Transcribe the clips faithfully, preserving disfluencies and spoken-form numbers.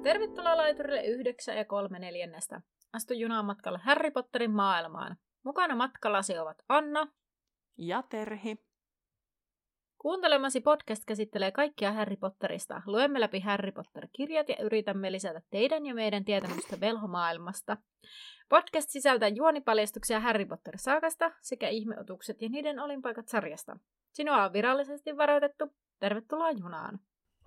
Tervetuloa laiturille yhdeksän ja kolme neljännestä. Astu junaan matkalle Harry Potterin maailmaan. Mukana matkallasi ovat Anna ja Terhi. Kuuntelemasi podcast käsittelee kaikkia Harry Potterista. Luemme läpi Harry Potter-kirjat ja yritämme lisätä teidän ja meidän tietämystä velhomaailmasta. Podcast sisältää juonipaljastuksia Harry Potter-saakasta sekä ihmeotukset ja niiden olinpaikat sarjasta. Sinua on virallisesti varoitettu. Tervetuloa junaan.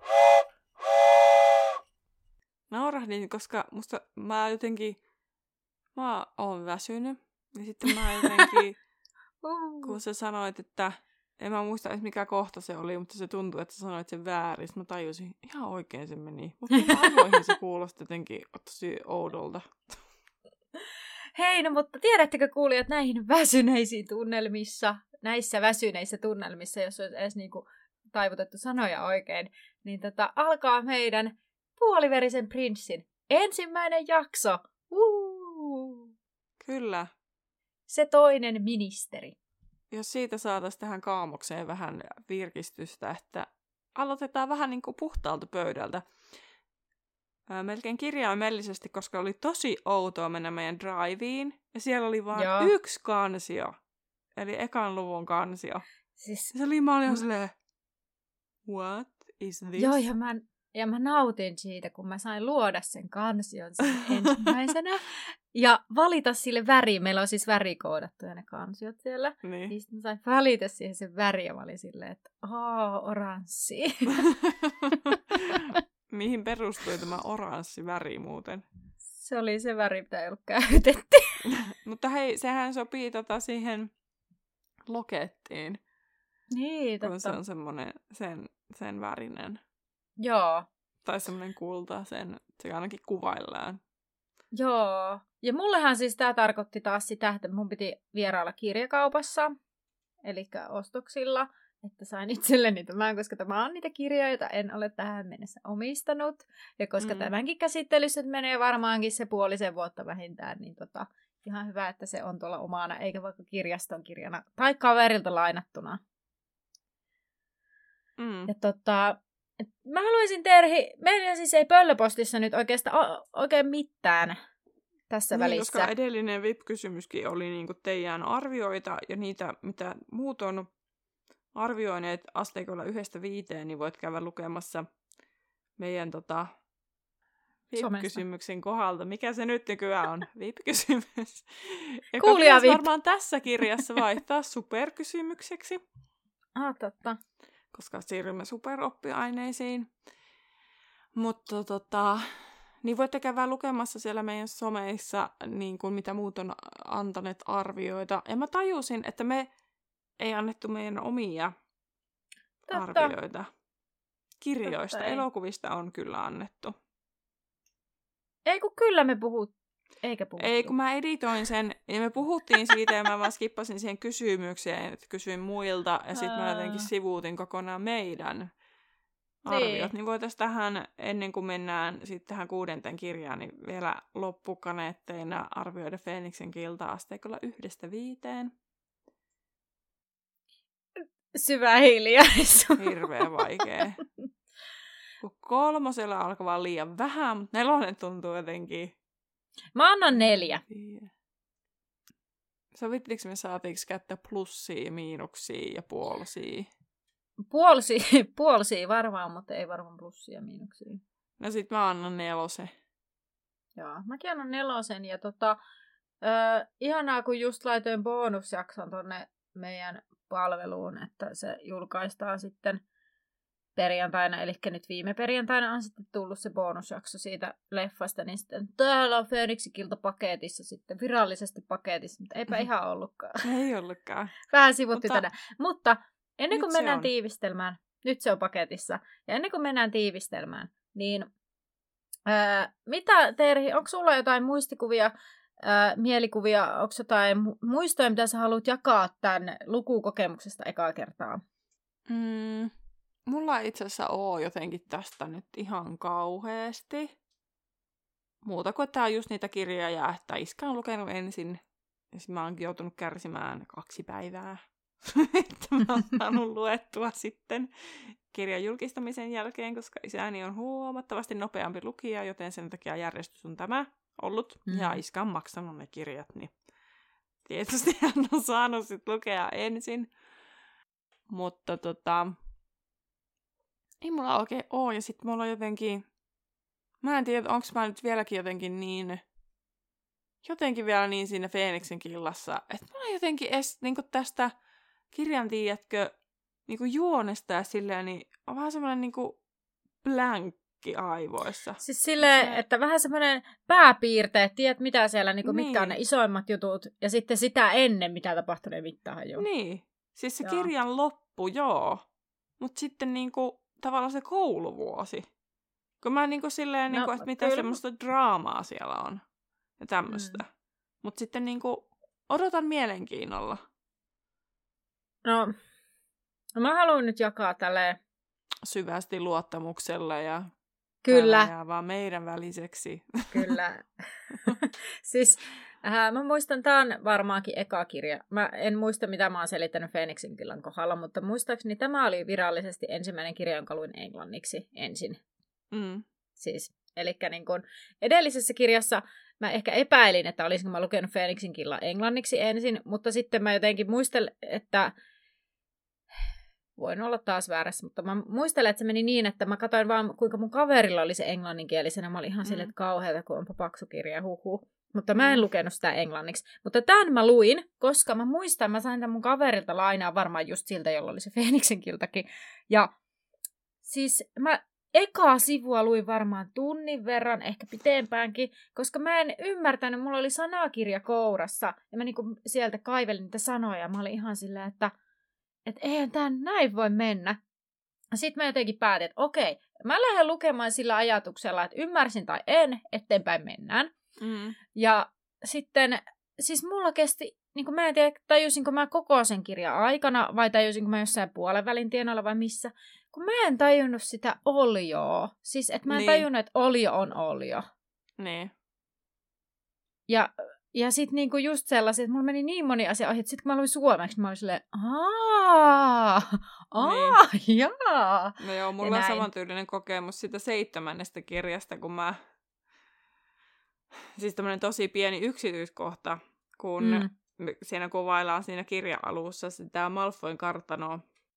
Naurahdin, koska musta mä jotenkin, mä oon väsynyt. Ja sitten mä jotenkin, kun sä sanoit, että en mä muista edes mikä kohta se oli, mutta se tuntui, että sä sanoit sen väärin. Mä tajusin, ihan oikein se meni. Mutta aivoihin se kuulosti jotenkin tosi oudolta. Hei, no mutta tiedättekö kuulijat näihin väsyneisiin tunnelmissa, näissä väsyneissä tunnelmissa, jos olisi edes niinku taivutettu sanoja oikein, niin tota, alkaa meidän Puoliverisen prinssin ensimmäinen jakso. Uuu. Kyllä. Se toinen ministeri. Jos siitä saataisiin tähän kaamokseen vähän virkistystä, että aloitetaan vähän niin kuin puhtaalta pöydältä. Melkein kirjaimellisesti, koska oli tosi outoa mennä meidän driveen. Ja siellä oli vain Joo. yksi kansio. Eli ekan luvun kansio. Siis... Se oli, mä olin ihan silleen, what is this? Joo, ja mä, ja mä nautin siitä, kun mä sain luoda sen kansion ensimmäisenä. Ja valita sille väriin. Meillä on siis värikoodattuja ne kansiot siellä. Niin. Niin sitten mä sain valita siihen sen väri ja mä olin silleen, että aah, oranssi. Mihin perustui tämä oranssi väri muuten? Se oli se väri, mitä ei ollut käytetty. Mutta hei, sehän sopii tota siihen lokettiin. Niin, totta. Kun se on semmoinen sen, sen värinen. Joo. Tai semmoinen kulta, sen, se ainakin kuvaillaan. Joo. Ja mullehan siis tämä tarkoitti taas sitä, että mun piti vierailla kirjakaupassa, eli ostoksilla, että sain itselleni tämän, koska tämä on niitä kirjoja, joita en ole tähän mennessä omistanut. Ja koska mm. tämänkin käsittelyssä menee varmaankin se puolisen vuotta vähintään, niin tota, ihan hyvä, että se on tuolla omana, eikä vaikka kirjaston kirjana tai kaverilta lainattuna. Mm. Ja tota, et mä haluaisin Terhi, meillä siis ei pöllöpostissa nyt oikeastaan o- oikein mitään tässä niin, välissä. Koska edellinen V I P-kysymyskin oli niinku teidän arvioita ja niitä, mitä muut on arvioineet asteikolla yhdestä viiteen, niin voit käydä lukemassa meidän tota, V I P-kysymyksen kohdalta. Mikä se nyt nykyään on? V I P-kysymys. Kuulija V I P. Varmaan tässä kirjassa vaihtaa superkysymykseksi. Ah, totta. Koska siirrymme superoppiaineisiin. Mutta tota, niin voitte käydä lukemassa siellä meidän someissa, niin kuin mitä muut on antaneet arvioita. Ja mä tajusin, että me ei annettu meidän omia Totta. arvioita. Kirjoista, Totta, elokuvista on kyllä annettu. Ei kun kyllä me puhut. Eikä puhuttu. Ei kun mä editoin sen ja me puhuttiin siitä ja mä vaan skippasin siihen kysymykseen, että kysyin muilta ja sitten mä jotenkin sivuutin kokonaan meidän arviot. Niin, niin voitaisiin tähän, ennen kuin mennään sitten tähän kuudenteen kirjaan, niin vielä loppukaneetteina arvioida Feeniksen kilta-asteikolla yhdestä viiteen. Syvä hiljaisuus. Hirveän vaikea. Kun kolmosella alkaa vaan liian vähän, mutta nelonen tuntuu jotenkin. Mä annan neljä. Sovittiinko me saatiinko käyttää plussia, miinuksia ja puolsia? Puolsia, puolsia varmaan, mutta ei varmaan plussia ja miinuksia. No sit mä annan nelosen. Joo, mäkin annan nelosen. Ja tota, äh, ihanaa, kun just laitoin bonusjakson tonne meidän palveluun, että se julkaistaan sitten perjantaina, eli nyt viime perjantaina on sitten tullut se bonusjakso siitä leffasta, niin sitten täällä on Feeniksen kilta paketissa sitten, virallisesti paketissa, mutta eipä ihan ollutkaan. Ei ollutkaan. Vähän sivutti mutta, tänään. Mutta ennen kuin mennään on. tiivistelmään, nyt se on paketissa, ja ennen kuin mennään tiivistelmään, niin ää, mitä Terhi, onko sulla jotain muistikuvia, ää, mielikuvia, onko jotain muistoja, mitä sä haluat jakaa tämän lukukokemuksesta ekaa kertaa? Mm. Mulla ei itse asiassa ole jotenkin tästä nyt ihan kauheasti. Muuta kuin tää on just niitä kirjoja, että iskä on lukenut ensin. Ja sit mä oonkin joutunut kärsimään kaksi päivää. Että mä oon saanut luettua sitten. kirjan julkistamisen jälkeen, koska isäni on huomattavasti nopeampi lukija, joten sen takia järjestys on tämä ollut. Mm. Ja iskä on maksanut ne kirjat, niin tietysti hän on saanut sit lukea ensin. Mutta tota, ei mulla oikein oo. Ja sit mulla on jotenkin, mä en tiedä, onko mä nyt vieläkin jotenkin niin, jotenkin vielä niin siinä Feeniksen killassa, että mulla on jotenkin edes niinku tästä kirjan, tiedätkö, niinku juonesta ja silleen, niin on vähän semmoinen niinku blankki aivoissa. Siis silleen, se... että vähän semmoinen pääpiirteet, tiedät mitä siellä, niinku, niin. mitkä on ne isoimmat jutut, ja sitten sitä ennen, mitä tapahtuu, ne mittaan jo. Niin, siis se joo. kirjan loppu, joo, mutta sitten niinku tavallaan se kouluvuosi. Kun mä niinku silleen, no, niinku, että mitä kyllä. semmoista draamaa siellä on ja tämmöistä. Mm. Mutta sitten niinku odotan mielenkiinnolla. No, no mä haluan nyt jakaa tälleen syvästi luottamuksella ja kyllä. Ja vaan meidän väliseksi. Kyllä. Siis äh, mä muistan, tää on varmaankin eka kirja. Mä en muista, mitä mä oon selittänyt Feeniksen killan kohdalla, mutta muistaakseni tämä oli virallisesti ensimmäinen kirja, jonka luin englanniksi ensin. Mm. Siis, elikkä niin kun edellisessä kirjassa mä ehkä epäilin, että olisinko mä lukenut Feeniksen killan englanniksi ensin, mutta sitten mä jotenkin muistelin, että voin olla taas väärässä, mutta mä muistelen, että se meni niin, että mä katsoin vaan, kuinka mun kaverilla oli se englanninkielisenä. Mä olin ihan mm. silleen, että kauheata, kun onpa paksu kirja, huhu. Mutta mä en mm. lukenut sitä englanniksi. Mutta tämän mä luin, koska mä muistan, mä sain tämän mun kaverilta lainaa varmaan just siltä, jolla oli se Feeniksen kiltakin. Ja siis mä ekaa sivua luin varmaan tunnin verran, ehkä pitempäänkin, koska mä en ymmärtänyt, mulla oli sanakirja kourassa. Ja mä niinku sieltä kaivelin niitä sanoja. Mä olin ihan silleen, että että eihän tämä näin voi mennä. Sitten mä jotenkin päätin, että okei, mä lähden lukemaan sillä ajatuksella, että ymmärsin tai en, eteenpäin mennään. Mm. Ja sitten, siis mulla kesti, niin kuin mä en tiedä, tajusinko mä koko sen kirjan aikana, vai tajusinko mä jossain puolen välin tienoilla vai missä, kun mä en tajunnut sitä olioa. Siis, että mä en niin. tajunnut, että olio on olio. Niin. Ja... Ja sitten niinku just sellaiset, että mulla meni niin moni asia ohi, että sitten kun mä luin suomeksi, mä olin silleen, aah, aah, niin. jaa. No joo, mulla on samantyylinen kokemus siitä seitsemännestä kirjasta, kun mä, siis tämmönen tosi pieni yksityiskohta, kun mm. siinä kuvaillaan siinä kirja-alussa sitä Malfoyn kartanoa.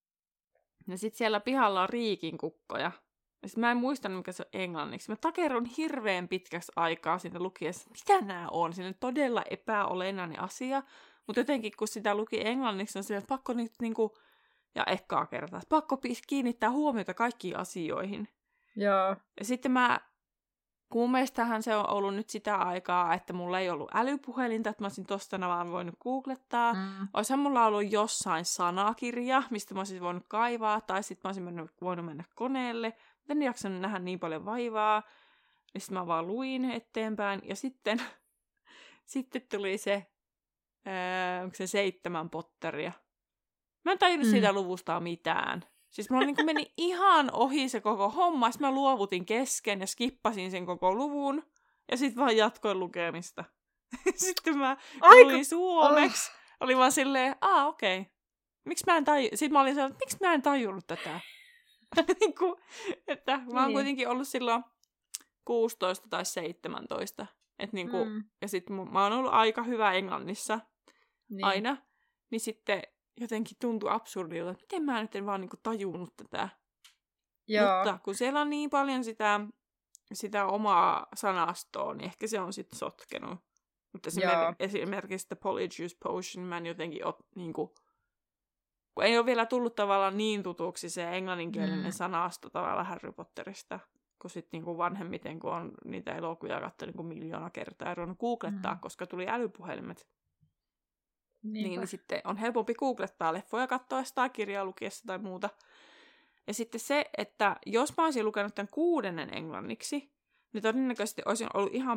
Ja sitten siellä pihalla on riikinkukkoja. Ja sit mä en muistanut, mikä se on englanniksi. Mä takerun hirveän pitkäksi aikaa siinä lukiessa, mitä nämä on. Siinä on todella epäolennainen asia. Mutta jotenkin, kun sitä luki englanniksi, on silleen, että pakko nyt niinku, ja ekkaa kertaa, että pakko kiinnittää huomiota kaikkiin asioihin. Joo. Ja sitten mä, kun mun mielestähän se on ollut nyt sitä aikaa, että mulla ei ollut älypuhelinta, että mä olisin tostana vaan voinut googlettaa. Mm. Olisihan mulla ollut jossain sanakirja, mistä mä olisin voinut kaivaa, tai sitten mä olisin mennyt, voinut mennä koneelle. En jaksanut nähdä niin paljon vaivaa. Ja sitten mä vaan luin eteenpäin. Ja sitten, sitten tuli se, ää, onko se seitsemän Potteria. Mä en tajunnut mm. siitä luvusta mitään. Siis mulla niin meni ihan ohi se koko homma. Sitten mä luovutin kesken ja skippasin sen koko luvun. Ja sitten vaan jatkoin lukemista. Sitten mä Aika... luin suomeksi. Oh. Oli vaan silleen, aa okei. Okay. Miksi mä en taju... Sitten mä olin sellainen, miksi mä en tajunnut tätä? niin kuin, että mä oon niin. kuitenkin ollut silloin kuusitoista tai seitsemäntoista. Et niin kuin, mm. Ja sitten mä oon ollut aika hyvä englannissa niin. aina. Niin sitten jotenkin tuntui absurdilta, että miten mä nyt en vaan niin kuin tajunnut tätä. Joo. Mutta kun siellä on niin paljon sitä, sitä omaa sanastoa, niin ehkä se on sitten sotkenut. Mutta esimerkiksi The Polyjuice Potion mä en jotenkin ole niin kuin, kun ei ole vielä tullut tavallaan niin tutuksi se englanninkielinen mm. sanasto tavallaan Harry Potterista, kun sitten niinku vanhemmiten, kun on niitä elokuvia katsonut niinku miljoona kertaa ja ruvennut googlettaa, mm. koska tuli älypuhelimet. Niin, niin sitten on helpompi googlettaa leffoja katsoessa tai kirjaa lukiessa tai muuta. Ja sitten se, että jos mä olisin lukenut tämän kuudennen englanniksi, niin todennäköisesti olisin ollut ihan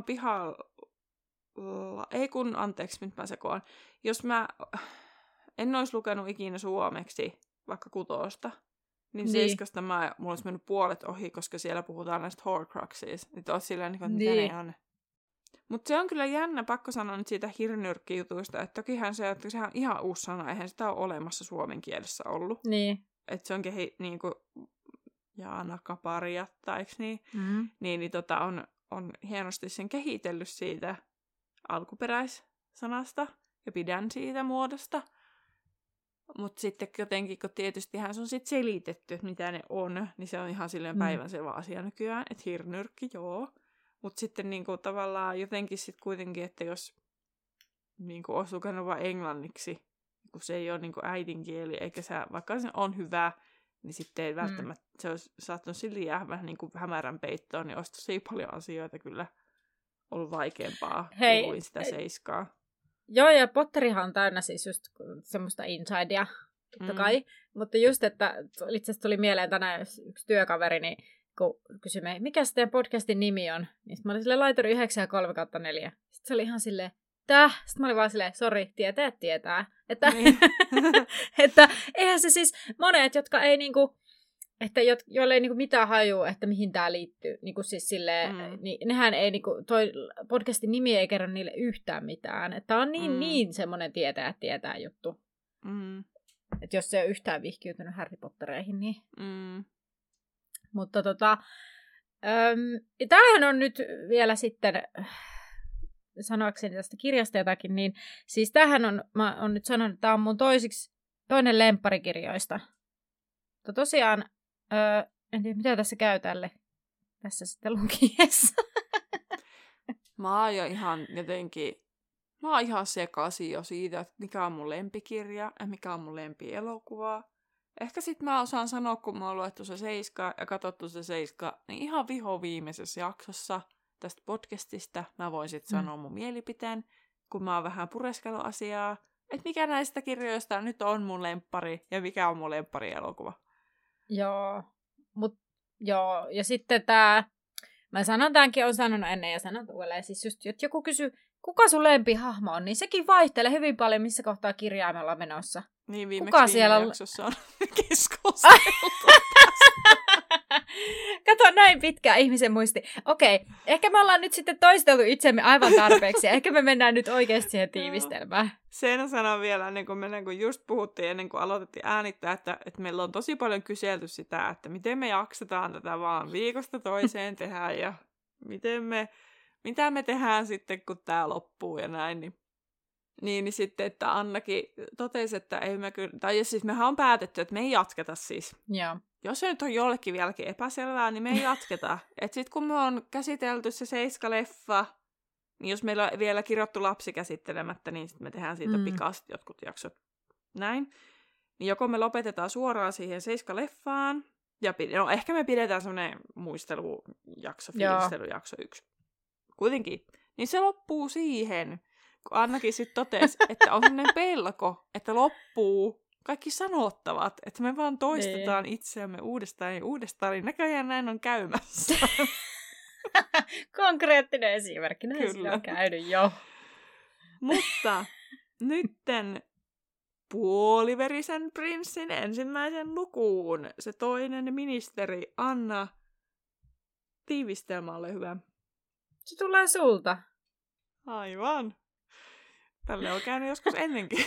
pihalla. Ei kun, anteeksi, nyt mä sekoan. Jos mä... En olisi lukenut ikinä suomeksi, vaikka kutosta. Niin, niin. Seiskasta mä, mulla olisi mennyt puolet ohi, koska siellä puhutaan näistä horcruxista. Nyt olisi silleen, että mitä niin. ne on. Mutta se on kyllä jännä, pakko sanoa nyt siitä hirnyrkkijutuista, että tokihan se, että sehän on ihan uusi sana, eihän sitä ole olemassa suomen kielessä ollut. Niin. Että se on kehi, niinku, ja Anna Kapariatta, eikö niin? Mm. Niin, niin tota, on, on hienosti sen kehitellyt siitä alkuperäissanasta ja pidän siitä muodosta. Mutta sitten jotenkin, kun tietystihän se on sitten selitetty, että mitä ne on, niin se on ihan silleen Mm. päivänselvä asia nykyään, että hirnyrkki, joo. Mutta sitten niinku tavallaan jotenkin sitten kuitenkin, että jos niinku olisi lukenut vain englanniksi, kun se ei ole niinku äidinkieli, eikä se, vaikka se on hyvä, niin sitten ei välttämättä, mm. se olisi saattanut sille jää vähän niinku hämärän peittoon, niin olisi tosi paljon asioita kyllä ollut vaikeampaa, Hei, kun luin sitä seiskaa. Joo, ja Potterihan on täynnä siis just semmoista insidea, totta Mm. kai. Mutta just, että itse asiassa tuli mieleen tänään yksi työkaveri, niin kun kysyimme, mikä se teidän podcastin nimi on, niin mä olin silleen laituri yhdeksän ja kolme kautta neljä. Sitten se oli ihan silleen, täh? Sitten mä olin vaan silleen, sori, tietäjät tietää. Että, Niin. että eihän se siis monet, jotka ei niinku, että jo, joille ei niinku mitään hajua, että mihin tää liittyy, niinku siis silleen, Mm. niin nehän ei niinku, toi podcastin nimi ei kerro niille yhtään mitään. Että on niin, Mm. niin semmoinen tietäjät tietää juttu. Mm. Että jos se ei ole yhtään vihkiytynyt Harry Pottereihin, niin... Mm. Mutta tota, äm, tämähän on nyt vielä sitten, sanoakseni tästä kirjasta jotakin, niin siis tämähän on, mä oon nyt sanonut, että tämä on mun toisiksi, toinen lempparikirjoista. Mutta tosiaan, ö, en tiedä mitä tässä käy tälle, tässä sitten lukiessa. Mä oon jo ihan jotenkin, mä oon ihan sekaisin jo siitä, että mikä on mun lempikirja ja mikä on mun lempielokuva. Ehkä sit mä osaan sanoa, kun mä oon luettu se seiska ja katsottu se seiska, niin ihan viho viimeisessä jaksossa tästä podcastista mä voin sit Mm. sanoa mun mielipiteen, kun mä oon vähän pureskellut asiaa, että mikä näistä kirjoista nyt on mun lemppari ja mikä on mun lemppari-elokuva. Joo, mut joo, ja sitten tää, mä sanon tämänkin, on sanonut ennen ja sanon uudelleen, siis just, että joku kysyy, kuka sun lempihahmo on, niin sekin vaihtelee hyvin paljon, missä kohtaa kirjaa me ollaan menossa. Niin viimeksi Kuka viime siellä... jaksossa on keskusteltu. Kato, näin pitkä ihmisen muisti. Okei, ehkä me ollaan nyt sitten toisteltu itsemme aivan tarpeeksi, ja ehkä me mennään nyt oikeasti siihen tiivistelmään. Sen sanon vielä, ennen kuin mennään, kun just puhuttiin, ennen kuin aloitettiin äänittää, että, että meillä on tosi paljon kyselty sitä, että miten me jaksetaan tätä vaan viikosta toiseen tehdä, ja miten me, mitä me tehdään sitten, kun tämä loppuu ja näin. Niin, niin, niin sitten, että Annakin totesi, että ei me kyllä, tai siis mehän on päätetty, että me ei jatketa siis. Joo. Jos se nyt on jollekin vieläkin epäselvää, niin me ei jatketa. Että sitten kun me on käsitelty se Seiska-leffa, niin jos meillä on vielä kirjoittu lapsi käsittelemättä, niin sitten me tehdään siitä mm. pikaisesti jotkut jaksot näin. Niin joko me lopetetaan suoraan siihen Seiska-leffaan, ja no ehkä me pidetään semmoinen muistelujakso, fiilistelujakso yksi. Kuitenkin. Niin se loppuu siihen, kun Annakin sitten totesi, että on semmoinen pelko, että loppuu kaikki sanottavat, että me vaan toistetaan niin. itseämme uudestaan ja uudestaan, niin näköjään näin on käymässä. Konkreettinen esimerkki, näin sillä on käynyt jo. Mutta nytten Puoliverisen prinssin ensimmäisen lukuun se toinen ministeri, Anna, tiivistelmä, ole hyvä. Se tulee sulta. Aivan. Tälle on käynyt joskus ennenkin.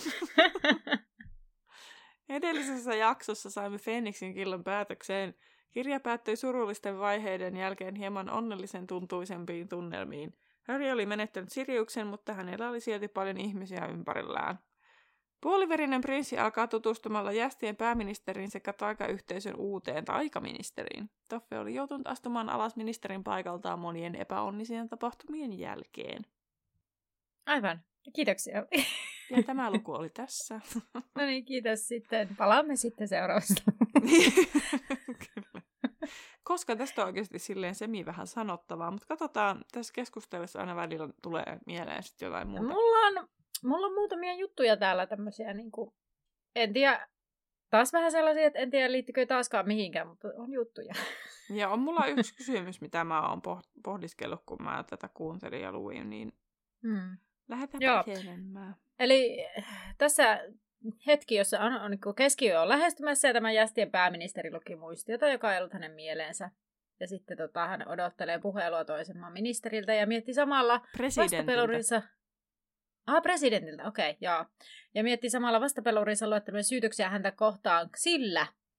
Edellisessä jaksossa saimme Feeniksin killan päätökseen. Kirja päättyi surullisten vaiheiden jälkeen hieman onnellisen tuntuisempiin tunnelmiin. Harry oli menettänyt Siriuksen, mutta hänellä oli silti paljon ihmisiä ympärillään. Puoliverinen prinssi alkaa tutustumalla jästien pääministeriin sekä taikayhteisön uuteen taikaministeriin. Toffe oli joutunut astumaan alas ministerin paikaltaan monien epäonnisien tapahtumien jälkeen. Aivan. Kiitoksia. Ja tämä luku oli tässä. No niin, kiitos sitten. Palaamme sitten seuraavassa. Kyllä. Koska tästä on oikeasti silleen semi vähän sanottavaa, mutta katsotaan, tässä keskustelussa aina välillä tulee mieleen sitten jotain muuta. Mulla on, mulla on muutamia juttuja täällä tämmöisiä, niin kuin, en tiedä, taas vähän sellaisia, että en tiedä liittyykö taaskaan mihinkään, mutta on juttuja. Ja on mulla yksi kysymys, mitä mä oon pohdiskellut, kun mä tätä kuuntelin ja luin, niin hmm. lähdetään etenemään. Eli tässä hetki, jossa on, on niin keskiyö on lähestymässä ja tämä jästien pääministeri luki muistiota, joka ei ollut hänen mieleensä. Ja sitten tota, hän odottelee puhelua toisen maan ministeriltä ja mietti samalla vastapelurinsa... Ah, presidentiltä, okei, okay, joo. Ja mietti samalla vastapelurinsa luettelujen syytöksiä häntä kohtaan sillä,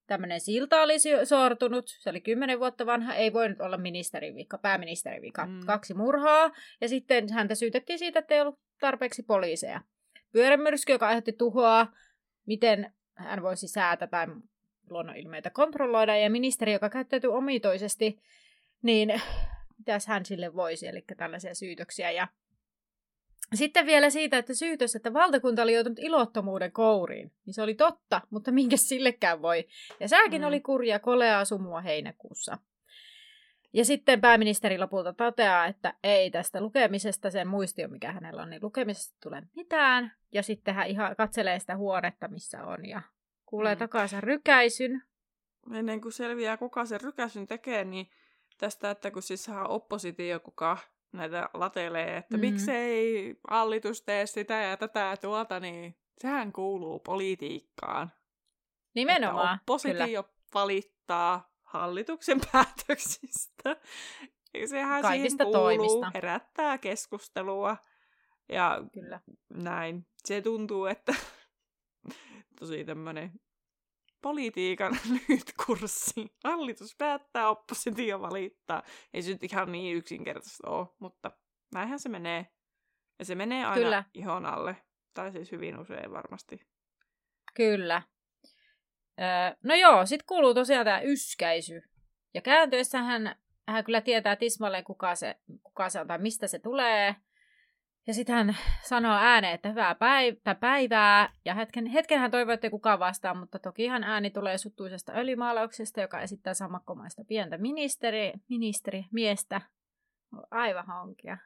tämmöinen silta oli sortunut, se oli kymmenen vuotta vanha, ei voinut olla ministerin vika, pääministerin vika, mm. kaksi murhaa, ja sitten häntä syytettiin siitä, että ei ollut tarpeeksi poliiseja. Pyörämyrsky, joka aiheutti tuhoa, miten hän voisi säätä tai luonnonilmeitä kontrolloida, ja ministeri, joka käyttäytyi omituisesti, niin mitäs hän sille voisi, eli tällaisia syytöksiä. Ja sitten vielä siitä, että syytös, että valtakunta oli joutunut ilottomuuden kouriin, niin se oli totta, mutta minkä sillekään voi. Ja sääkin mm. oli kurja, koleaa sumua heinäkuussa. Ja sitten pääministeri lopulta toteaa, että ei tästä lukemisesta, sen muistio, mikä hänellä on, niin lukemisesta tule mitään. Ja sitten hän ihan katselee sitä huonetta, missä on, ja kuulee mm. takaisin rykäisyn. Ennen kuin selviää, kuka sen rykäisyn tekee, niin tästä, että kun siis oppositio, kuka näitä latelee, että mm. miksei hallitus tee sitä ja tätä ja tuota, niin sehän kuuluu politiikkaan. Nimenomaan, että oppositio kyllä. valittaa hallituksen päätöksistä. Ja sehän kaikista siihen kuuluu, toimista. Herättää keskustelua. Ja kyllä. näin. Se tuntuu, että tosi tämmönen politiikan lyhyt kurssi. Hallitus päättää, oppositio valittaa. Ei se nyt ihan niin yksinkertaista ole, mutta näinhän se menee. Ja se menee aina Kyllä. ihon alle. Tai siis hyvin usein varmasti. Kyllä. Öö, no joo, sit kuuluu tosiaan tämä yskäisy. Ja kääntyessähän hän kyllä tietää tismalleen, kuka se, kuka se on tai mistä se tulee. Ja sitten hän sanoo ääneen, että hyvää päiv- päivää. Ja hetken, hetken hän toivoo, että kukaan vastaa, mutta tokihan ääni tulee suttuisesta öljymaalauksesta, joka esittää samakkomaista pientä ministeri, ministeri miestä. Aivan honkia.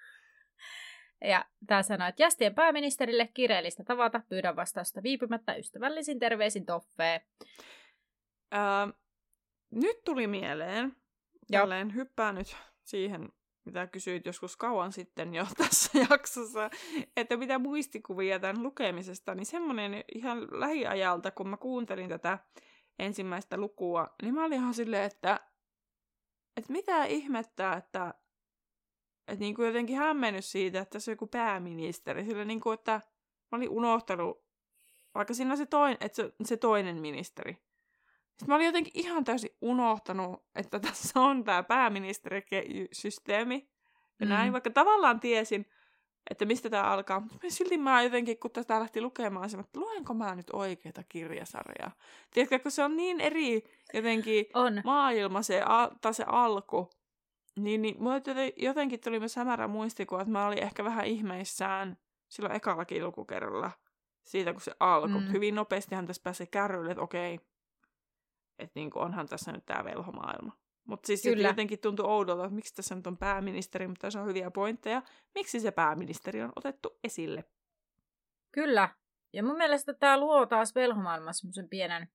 Ja tämä sanoo, että jästien pääministerille kiireellistä tavata, pyydän vastausta viipymättä ystävällisin terveisin Toffee. Öö, nyt tuli mieleen, jälleen hyppää nyt siihen, mitä kysyit joskus kauan sitten jo tässä jaksossa, että mitä muistikuvia tämän lukemisesta, niin semmoinen ihan lähiajalta, kun mä kuuntelin tätä ensimmäistä lukua, niin mä olin ihan silleen, että, että mitä ihmettä, että, että niin kuin jotenkin hämmennyt siitä, että se on joku pääministeri, sillä niin kuin, että mä olin unohtanut, vaikka siinä on se toinen, että se, se toinen ministeri. Sitten mä olin jotenkin ihan täysin unohtanut, että tässä on tämä pääministerisysteemi. Ja mm. näin, vaikka tavallaan tiesin, että mistä tämä alkaa. Mutta silti mä jotenkin, kun tästä lähti lukemaan, että luenko mä nyt oikeata kirjasarjaa. Tiedätkö, kun se on niin eri jotenkin on. maailma se, al- tai se alku. Niin, niin mulle jotenkin tuli myös hämärä muistikuva, että mä olin ehkä vähän ihmeissään silloin ekallakin lukukerralla siitä, kun se alkoi. Mm. Hyvin nopeastihan tässä pääsee kärryille, että okei. Että niin onhan tässä nyt tämä velhomaailma. Mutta siis jotenkin tuntui oudolta, että miksi tässä nyt on pääministeri, mutta tässä on hyviä pointteja. Miksi se pääministeri on otettu esille? Kyllä. Ja mun mielestä tämä luo taas velhomaailmassa semmoisen pienen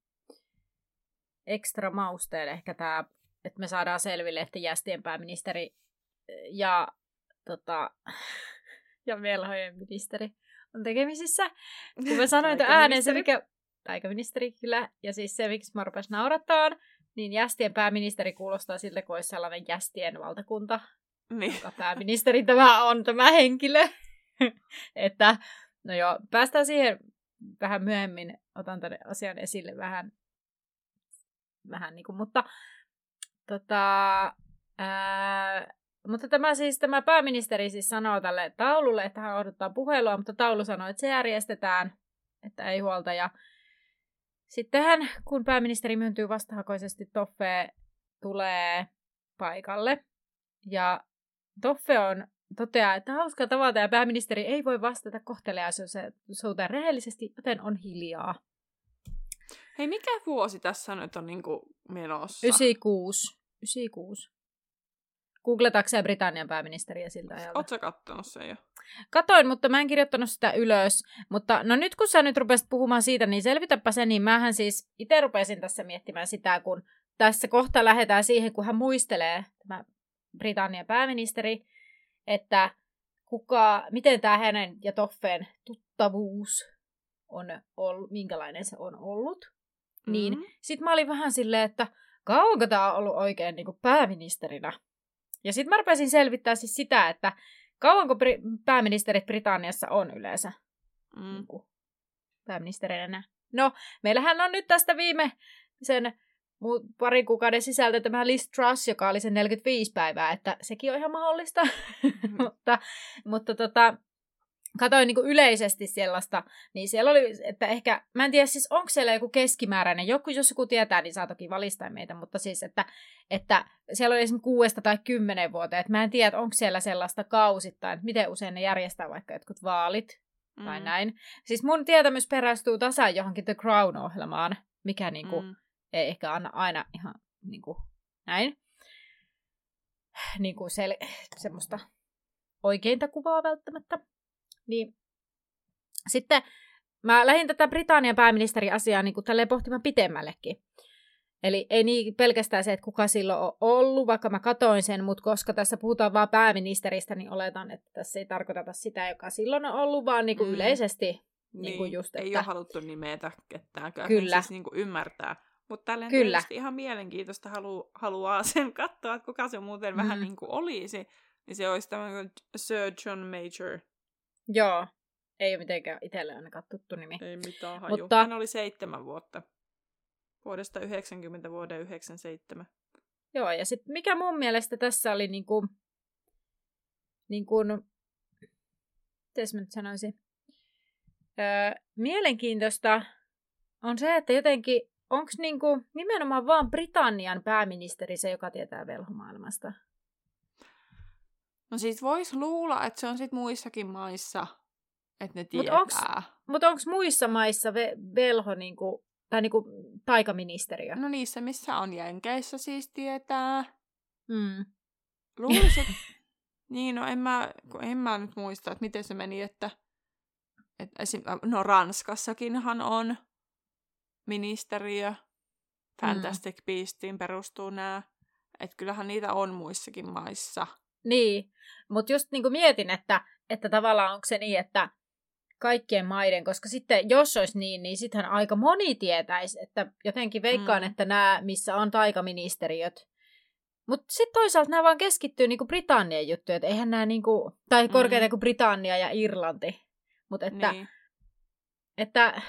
ekstra mausteen. Ehkä tämä, että me saadaan selville, että jästien pääministeri ja, tota, ja velhojen ministeri on tekemisissä. Kun mä sanoin tämän ääneen se, mikä... Taikaministeri kyllä. Ja siis se, miksi mä rupesin naurattaan, niin jästien pääministeri kuulostaa siltä, kun olisi sellainen jästien valtakunta. Niin. Joka pääministeri tämä on tämä henkilö. Että, no joo, päästään siihen vähän myöhemmin. Otan tämän asian esille vähän. Vähän niin kuin, mutta tota, ää, mutta tämä siis, tämä pääministeri siis sanoo tälle taululle, että hän odottaa puhelua, mutta taulu sanoo, että se järjestetään, että ei huolta. Ja sittenhän, kun pääministeri myöntyy vastahakoisesti, Toffe tulee paikalle. Ja Toffe on, toteaa, että hauska tavata ja pääministeri ei voi vastata kohteliaisuuteen rehellisesti, joten on hiljaa. Hei, mikä vuosi tässä nyt on niinku menossa? yhdeksänkymmentäkuusi. yhdeksänkymmentäkuusi. Googletakseen Britannian pääministeriä siltä ajalta? Ootko sä kattonut sen jo? Katoin, mutta mä en kirjoittanut sitä ylös. Mutta no nyt kun sä nyt rupesit puhumaan siitä, niin selvitäpä se, niin mähän siis itse rupesin tässä miettimään sitä, kun tässä kohta lähdetään siihen, kun hän muistelee, tämä Britannian pääministeri, että kuka, miten tämä hänen ja Toffeen tuttavuus on ollut, minkälainen se on ollut. Mm-hmm. Niin sit mä olin vähän silleen, että kauanko tää on ollut oikein niin kuin pääministerinä. Ja sitten mä rupesin selvittää siis sitä, että kauanko pri- pääministerit Britanniassa on yleensä mm. niin pääministerinä. No, meillähän on nyt tästä viime sen parin kuukauden sisältä tämä Liz Truss, joka oli sen neljäkymmentäviisi päivää, että sekin on ihan mahdollista. Mm. mutta mutta tota, katoin niin kuin yleisesti sellaista, niin siellä oli, että ehkä, mä en tiedä siis, onko siellä joku keskimääräinen, joku, jos joku tietää, niin saa toki valistaa meitä, mutta siis, että, että siellä oli esimerkiksi kuudesta tai kymmenen vuoteen, että mä en tiedä, onko siellä sellaista kausittain, että miten usein ne järjestää vaikka jotkut vaalit mm. tai näin. Siis mun tietämys perustuu tasan johonkin The Crown-ohjelmaan, mikä niinku mm. ei ehkä anna aina ihan niinku näin, niinku sel- semmoista oikeinta kuvaa välttämättä. Niin sitten mä lähdin tätä Britannian pääministeriasiaa niin tälleen pohtimaan pitemmällekin. Eli ei niin pelkästään se, että kuka silloin on ollut, vaikka mä katoin sen, mutta koska tässä puhutaan vaan pääministeristä, niin oletan, että tässä ei tarkoiteta sitä, joka silloin on ollut, vaan niin kuin mm. yleisesti. Niin, niin kuin just, ei että... ole haluttu nimetä ketään, kyllä. Siis niin kuin ymmärtää. Mutta tälleen tietysti ihan mielenkiintoista halu, haluaa sen katsoa, että kuka se muuten mm. vähän niin kuin olisi. Niin se olisi tämmöinen Sir John Major. Joo, ei ole mitenkään itselle ainakaan tuttu nimi. Ei mitään haju. Mutta... Hän oli seitsemän vuotta. Vuodesta yhdeksänkymmentä vuoden yhdeksänkymmentäseitsemän. Joo, ja sitten mikä mun mielestä tässä oli niinku, niinku miten mä nyt sanoisin, öö, mielenkiintoista on se, että jotenkin, onko niinku nimenomaan vaan Britannian pääministeri se, joka tietää velhomaailmasta? No siis vois luulla, että se on sit muissakin maissa, että ne tietää. Mutta mut onko muissa maissa ve- velho niinku, tai niinku taikaministeriö? No niissä, missä on Jenkeissä siis tietää. Mm. Luulisin, niin no en mä, en mä nyt muista, että miten se meni, että, että esim, no Ranskassakinhan on ministeriö, Fantastic mm. Beastiin perustuu nämä, että kyllähän niitä on muissakin maissa. Niin, mutta just niin kuin mietin, että, että tavallaan onko se niin, että kaikkien maiden, koska sitten jos olisi niin, niin sittenhän aika moni tietäisi, että jotenkin veikkaan, mm. että nämä, missä on taikaministeriöt, mutta sitten toisaalta nämä vaan keskittyy niinku Britannian juttuja, että eihän nämä niinku, tai mm. korkeita kuin Britannia ja Irlanti, mutta että, niin. että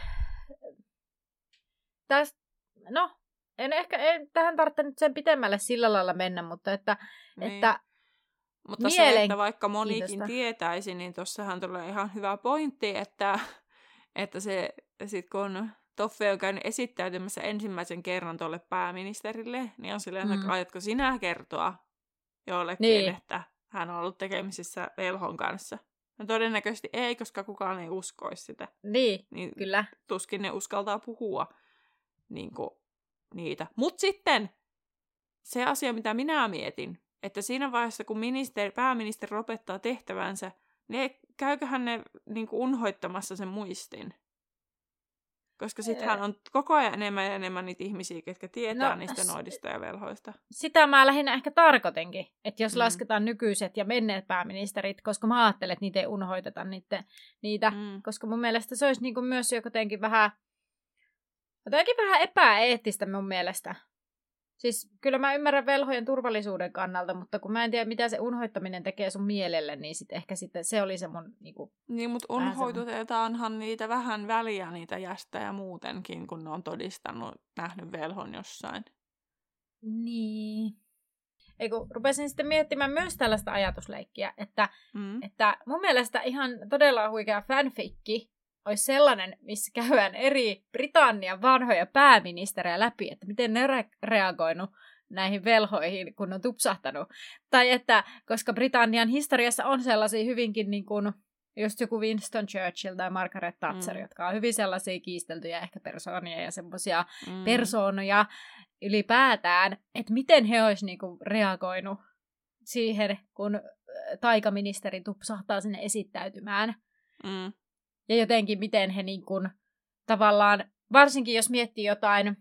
tästä, no, en ehkä, en tähän tarvitse nyt sen pitemmälle sillä lailla mennä, mutta että, niin. että mutta se, että vaikka monikin tietäisi, niin tuossahan tulee ihan hyvä pointti, että, että se sit kun Toffe on käynyt esittäytymässä ensimmäisen kerran tuolle pääministerille, niin on silleen, että mm. aiotko sinä kertoa jollekin, niin. että hän on ollut tekemisissä velhon kanssa. No todennäköisesti ei, koska kukaan ei uskoisi sitä. Niin, niin kyllä. Tuskin ne uskaltaa puhua niin kuin, niitä. Mutta sitten se asia, mitä minä mietin, että siinä vaiheessa, kun ministeri, pääministeri lopettaa tehtävänsä, niin käyköhän ne niin kuin unhoittamassa sen muistin? Koska sittenhän on koko ajan enemmän ja enemmän niitä ihmisiä, ketkä tietää no, niistä noidista ja velhoista. Sitä mä lähinnä ehkä tarkoitinkin, että jos mm. lasketaan nykyiset ja menneet pääministerit, koska mä ajattelen, että niitä ei unhoiteta niitä, niitä mm. koska mun mielestä se olisi niin kuin myös jotenkin vähän, jotenkin vähän epäeettistä mun mielestä. Siis kyllä mä ymmärrän velhojen turvallisuuden kannalta, mutta kun mä en tiedä, mitä se unhoittaminen tekee sun mielelle, niin sit ehkä sitten se oli se mun... Niin, kuin, niin mutta unhoitutetaanhan niitä vähän väliä, niitä jästejä muutenkin, kun ne on todistanut, nähnyt velhon jossain. Niin. Eiku, rupesin sitten miettimään myös tällaista ajatusleikkiä, että, mm. että mun mielestä ihan todella huikea fanfikki olisi sellainen, missä käydään eri Britannian vanhoja pääministeriä läpi, että miten ne re- reagoinut näihin velhoihin, kun on tupsahtanut. Tai että, koska Britannian historiassa on sellaisia hyvinkin, niin kuin, just joku Winston Churchill tai Margaret Thatcher, mm. jotka on hyvin sellaisia kiisteltyjä ehkä persoonia ja semmoisia mm. persoonoja ylipäätään, että miten he olisi niin kuin reagoinut siihen, kun taikaministeri tupsahtaa sinne esittäytymään. Mm. Ja jotenkin miten he niin kuin, tavallaan, varsinkin jos miettii jotain,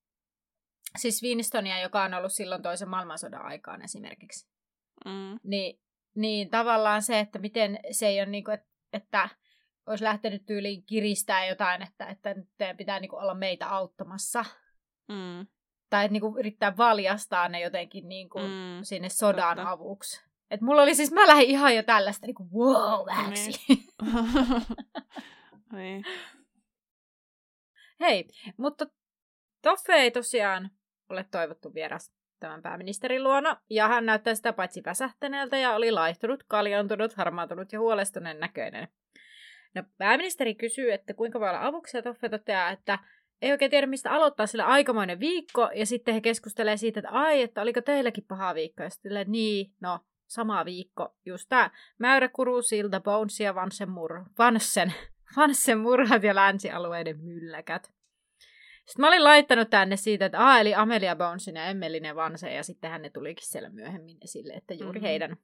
siis Winstonia, joka on ollut silloin toisen maailmansodan aikaan esimerkiksi, mm. niin, niin tavallaan se, että miten se ei ole niin kuin, että, että olisi lähtenyt tyyliin kiristää jotain, että, että nyt pitää niin kuin olla meitä auttamassa. Mm. Tai että niin kuin yrittää valjastaa ne jotenkin niin kuin mm. sinne sodan Totta. avuksi. Et mulla oli siis, mä lähdin ihan jo tällaista niin kuin wow, vähäksi. Niin. Hei, mutta Toffe ei tosiaan ole toivottu vieras tämän pääministerin luona, ja hän näyttää sitä paitsi väsähtäneeltä ja oli laihtunut, kaljantunut, harmaantunut ja huolestuneen näköinen. No, pääministeri kysyy, että kuinka voi olla avuksi, ja Toffe toteaa, että ei oikein tiedä, mistä aloittaa, sillä aikamoinen viikko, ja sitten he keskustelee siitä, että ai, että oliko teilläkin paha viikko, ja sitten niin, no, sama viikko, just tää Mäyräkuru, Silta, Bones ja Vansen, mur- Vansen, Vansen murhat ja länsialueiden mylläkät. Sitten mä olin laittanut tänne siitä, että ah, eli Amelia Bonesin ja Emmeline ja Vansen, ja sitten ne tulikin siellä myöhemmin esille, että juuri mm-hmm. heidän.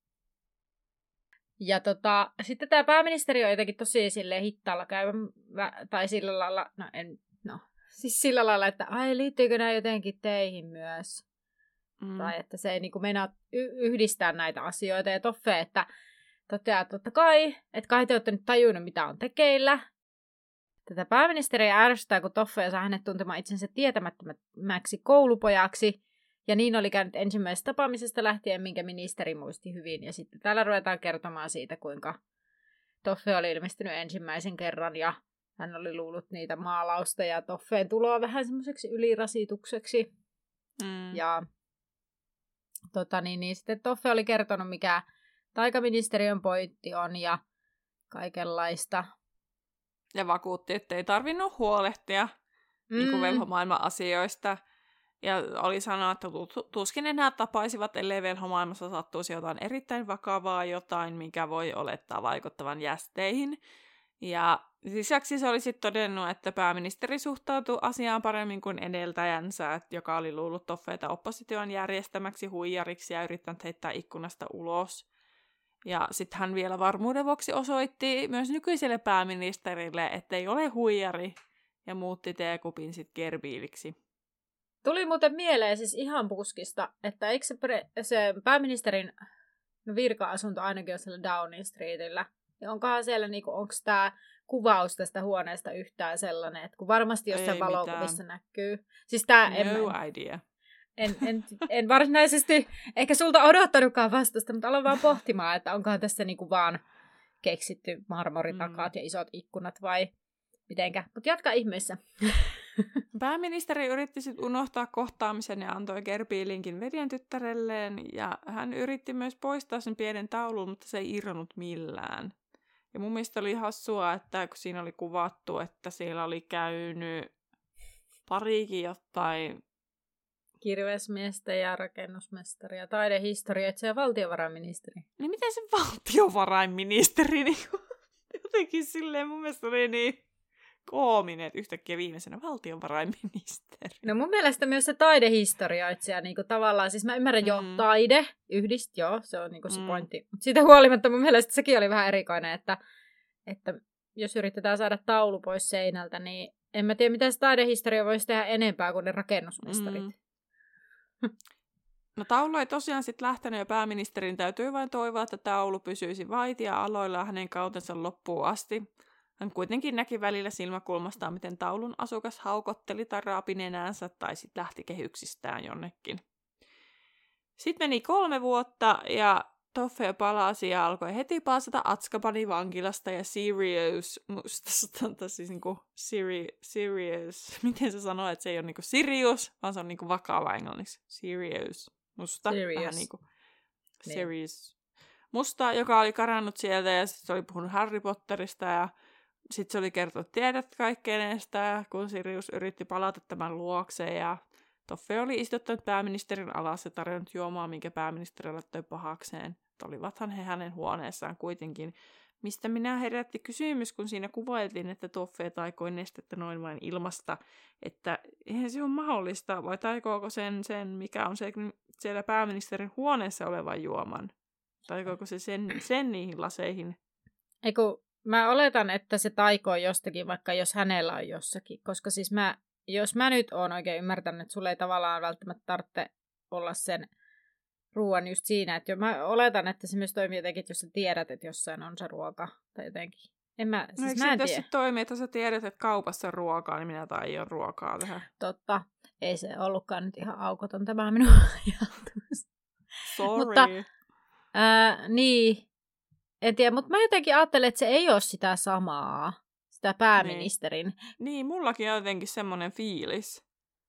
Ja tota, sitten tämä pääministeri on jotenkin tosi silleen hittaalla käyvä, tai sillä lailla, no en, no, siis sillä lailla, että ai, liittyykö nämä jotenkin teihin myös? Mm. Tai että se ei niin kuin meinaa y- yhdistää näitä asioita. Ja Toffe, että toteaa totta kai, että kai te olette nyt tajunnut, mitä on tekeillä. Tätä pääministeriä ärsyttää, kun Toffe saa hänet tuntemaan itsensä tietämättömäksi koulupojaksi. Ja niin oli käynyt ensimmäisestä tapaamisesta lähtien, minkä ministeri muisti hyvin. Ja sitten täällä ruvetaan kertomaan siitä, kuinka Toffe oli ilmestynyt ensimmäisen kerran ja hän oli luullut niitä maalausta ja Toffeen tuloa vähän semmoiseksi ylirasitukseksi. Mm. Ja tota niin, niin sitten Toffe oli kertonut, mikä taikaministeriön pointti on ja kaikenlaista. Ja vakuutti, että ei tarvinnut huolehtia mm. niin kuin velhomaailman asioista. Ja oli sanonut, että tuskin enää tapaisivat, ellei velhomaailmassa sattuisi jotain erittäin vakavaa, jotain, mikä voi olettaa vaikuttavan jästeihin. Ja lisäksi se oli sitten todennut, että pääministeri suhtautui asiaan paremmin kuin edeltäjänsä, joka oli luullut Toffeita opposition järjestämäksi huijariksi ja yrittänyt heittää ikkunasta ulos. Ja sitten hän vielä varmuuden vuoksi osoitti myös nykyiselle pääministerille, ettei ole huijari, ja muutti teekupin sitten gerbiiliksi. Tuli muuten mieleen siis ihan puskista, että eikö se, pre- se pääministerin virka-asunto ainakin ole siellä Downing Streetillä. Ja onkohan siellä, niinku, onko tämä kuvaus tästä huoneesta yhtään sellainen, että kun varmasti jossain valokuvissa näkyy. Siis tää, no en, idea. En, en, en varsinaisesti ehkä sulta odottanutkaan vastausta, mutta aloin vaan pohtimaan, että onkohan tässä niinku vaan keksitty marmoritakaat mm. ja isot ikkunat vai mitenkä. Mutta jatka ihmeessä. Pääministeri yritti sitten unohtaa kohtaamisen ja antoi gerbiilinkin veljen tyttärelleen, ja hän yritti myös poistaa sen pienen taulun, mutta se ei irronnut millään. Ja mun mielestä oli hassua, että kun siinä oli kuvattu, että siellä oli käynyt parikin jotain kirvesmiestä ja rakennusmestari ja taidehistorioitsija ja valtiovarainministeri. Niin miten se valtiovarainministeri niin jotenkin silleen mun mielestä oli niin koominen, että yhtäkkiä viimeisenä valtiovarainministeri. No mun mielestä myös se taidehistorioitsija niin kuin tavallaan, siis mä ymmärrän jo mm. taide, yhdist, joo, se on niin kuin se mm. pointti. Mutta siitä huolimatta mun mielestä sekin oli vähän erikoinen, että, että jos yritetään saada taulu pois seinältä, niin en mä tiedä, mitä se taidehistoria voisi tehdä enempää kuin ne rakennusmestarit. Mm. No taulu ei tosiaan sitten lähtenyt ja pääministerin täytyy vain toivoa, että taulu pysyisi vaitia aloilla hänen kautensa loppuun asti. Hän kuitenkin näki välillä silmäkulmastaan, miten taulun asukas haukotteli tai raapi nenäänsä tai sitten lähti kehyksistään jonnekin. Sitten meni kolme vuotta ja Toffe palasi ja alkoi heti paasata Azkabanin vankilasta ja Sirius, musta sanotaan siis niinku Siri, Sirius, miten se sanoo, että se ei ole niinku Sirius, vaan se on niinku vakava englanniksi. Sirius, musta, Sirius. Vähän niinku Sirius. Musta, joka oli karannut sieltä ja sitten se oli puhunut Harry Potterista ja sitten se oli kertonut tiedät kaikkeenesta, kun Sirius yritti palata tämän luokseen ja Toffe oli istuttanut pääministerin alas ja tarjonnut juomaa, minkä pääministeri laittoi pahakseen. Olivathan he hänen huoneessaan kuitenkin. Mistä minä herätti kysymys, kun siinä kuvailtiin, että Toffe taikoi nestettä noin vain ilmasta, että eihän se ole mahdollista, vai taikooko sen, sen mikä on se, siellä pääministerin huoneessa olevan juoman? Taikoiko se sen, sen niihin laseihin? Eiku, mä oletan, että se taikoo jostakin, vaikka jos hänellä on jossakin, koska siis mä jos mä nyt oon oikein ymmärtänyt, että sulle ei tavallaan välttämättä tarvitse olla sen ruoan just siinä, että mä oletan, että se myös toimii jotenkin, että jos sä tiedät, että jossain on se ruoka tai jotenkin. En mä, siis no eikö mä en tiedä. Sitten toimii, että sä tiedät, että kaupassa on ruokaa, niin minä tai ei ole ruokaa tähän. Totta. Ei se ollutkaan nyt ihan aukoton tämä minun ajatus. Sorry. Mutta, ää, niin, en tiedä, mutta mä jotenkin ajattelen, että se ei ole sitä samaa. Sitä pääministerin. Niin. niin, mullakin on jotenkin semmoinen fiilis.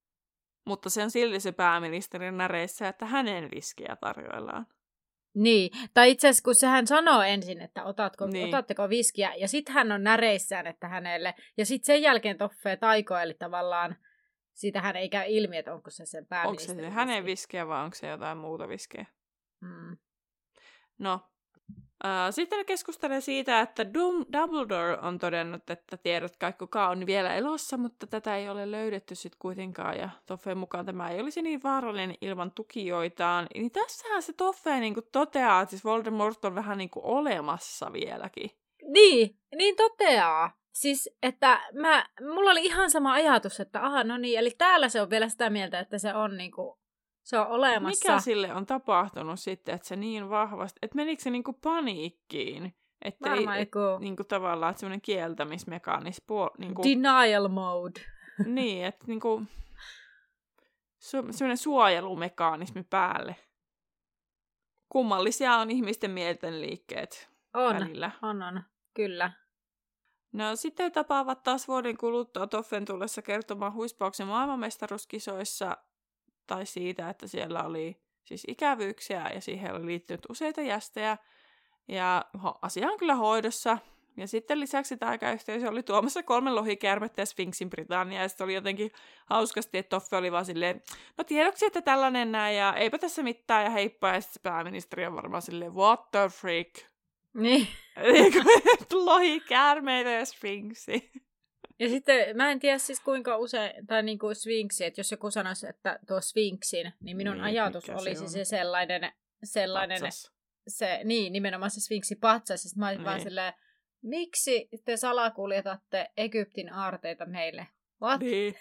Mutta se on silti se pääministerin näreissä, että hänen viskiä tarjoillaan. Niin, tai itse asiassa kun sehän sanoo ensin, että otatko, niin. otatteko viskiä, ja sitten hän on näreissään, että hänelle, ja sitten sen jälkeen Toffee taikoo, eli tavallaan siitähän ei käy ilmi, että onko se sen pääministerin Onko se, se hänen viskiä vai onko se jotain muuta viskiä? Hmm. No, äh, sitten ne keskustelee siitä, että Dum- Dumbledore on todennut, että tiedät kai kuka on vielä elossa, mutta tätä ei ole löydetty sitten kuitenkaan, ja Toffeen mukaan tämä ei olisi niin vaarallinen ilman tukijoitaan. Niin tässähän se Toffee niinku toteaa, että siis Voldemort on vähän niinku olemassa vieläkin. Niin, niin toteaa. Siis, että mä, mulla oli ihan sama ajatus, että aha, no niin, eli täällä se on vielä sitä mieltä, että se on niinku, se on olemassa. Mikä sille on tapahtunut sitten, että se niin vahvasti, että menikö se niinku paniikkiin? Että Varmaan ei, et, niinku tavallaan, että semmoinen kieltämismekaanismi. Niinku, denial mode. Niin, että niinku, su, semmoinen suojelumekanismi päälle. Kummallisia on ihmisten mielten liikkeet on, välillä. On, on, kyllä. No sitten he tapaavat taas vuoden kuluttua Toffen tullessa kertomaan huispauksen maailmanmestaruuskisoissa, tai siitä, että siellä oli siis ikävyyksiä ja siihen oli liittynyt useita jästejä. Ja ho, asia on kyllä hoidossa. Ja sitten lisäksi taikayhteisö oli tuomassa kolme lohikäärmettä ja Sphinxin Britannia. Ja sitten oli jotenkin hauskasti, että Toffe oli vaan silleen, no tiedoksi, että tällainen näin ja eipä tässä mitään ja heippa. Ja sitten pääministeri on varmaan silleen, what the freak? Niin. Lohikäärmeitä ja Sphinxi. Ja sitten mä en tiedä siis kuinka usein, tai niin kuin Sphinxi, että jos joku sanoisi, että tuo Sphinxin, niin minun niin, ajatus olisi se, se sellainen, sellainen se, niin, nimenomaan se Sphinxin patsas. Sitten mä olin niin. vaan silleen, miksi te salakuljetatte Egyptin aarteita meille? What? Niin.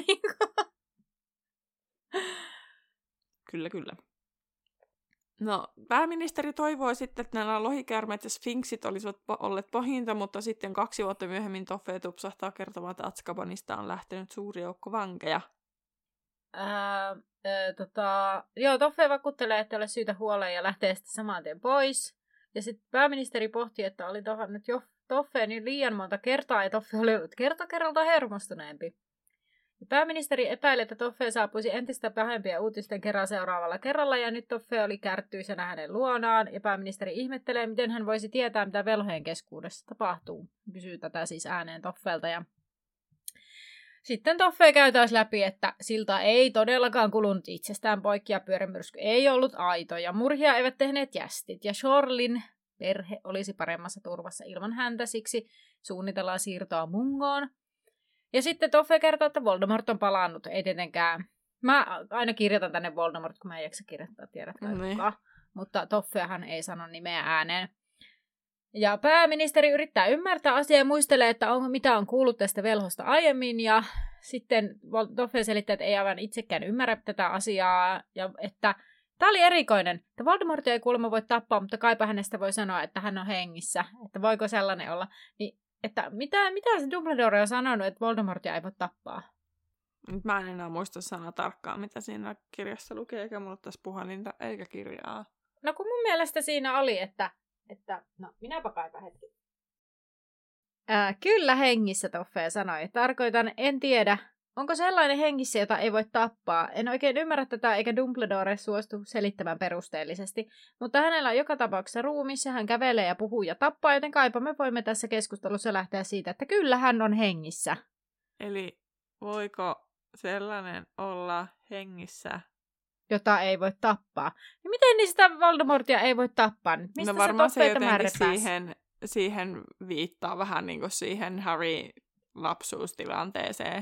Kyllä, kyllä. No, pääministeri toivoi sitten, että nämä lohikäärmeet ja Sphinxit olisivat po- olleet pahinta, mutta sitten kaksi vuotta myöhemmin Toffee tupsahtaa kertomaan, että Azkabanista on lähtenyt suuri joukko vankeja. Ää, ää, tota, joo, Toffee vakuuttelee, että ei ole syytä huoleen ja lähtee sitten saman tien pois. Ja sitten pääministeri pohti, että oli tohannut jo Toffee niin liian monta kertaa, ja Toffee oli ollut kerta kerralta hermostuneempi. Pääministeri epäili, että Toffee saapuisi entistä pahempia uutisten kerran seuraavalla kerralla, ja nyt Toffee oli kärttyisenä hänen luonaan, ja pääministeri ihmettelee, miten hän voisi tietää, mitä velhojen keskuudessa tapahtuu. Kysyy tätä siis ääneen Toffelta, ja sitten Toffee käy taas läpi, että silta ei todellakaan kulunut itsestään poikki, ja pyörämyrsky ei ollut aito, ja murhia eivät tehneet jästit, ja Shorlin perhe olisi paremmassa turvassa ilman häntä, siksi suunnitellaan siirtoa Mungoon. Ja sitten Toffee kertoo, että Voldemort on palannut. Ei tietenkään. Mä aina kirjoitan tänne Voldemort, kun mä en jaksa kirjoittaa, tiedätkö kukaan. Mutta Toffeehan ei sano nimeä ääneen. Ja pääministeri yrittää ymmärtää asiaa ja muistelee, että on, mitä on kuullut tästä velhosta aiemmin. Ja sitten Toffee selittää, että ei aivan itsekään ymmärrä tätä asiaa. Ja että tämä oli erikoinen. Että Voldemortia ei kuulemma voi tappaa, mutta kaipa hänestä voi sanoa, että hän on hengissä. Että voiko sellainen olla. Niin että mitä, mitä se Dumbledore on sanonut, että Voldemortia ei voi tappaa? Nyt mä en enää muista sanaa tarkkaan, mitä siinä kirjassa lukee, eikä mulla tässä puhelinta eikä kirjaa. No kun mun mielestä siinä oli, että, että no minäpä kaipa hetki. Ää, kyllä hengissä, Toffee sanoi. Tarkoitan, en tiedä. Onko sellainen hengissä, jota ei voi tappaa? En oikein ymmärrä tätä, eikä Dumbledore suostu selittämään perusteellisesti. Mutta hänellä on joka tapauksessa ruumissa, hän kävelee ja puhuu ja tappaa, joten kaipa me voimme tässä keskustelussa lähteä siitä, että kyllä hän on hengissä. Eli voiko sellainen olla hengissä, jota ei voi tappaa? Ja miten niistä Voldemortia ei voi tappaa? Mistä no varmaan se, se jotenkin siihen, siihen viittaa vähän niin kuin siihen Harry lapsuustilanteeseen.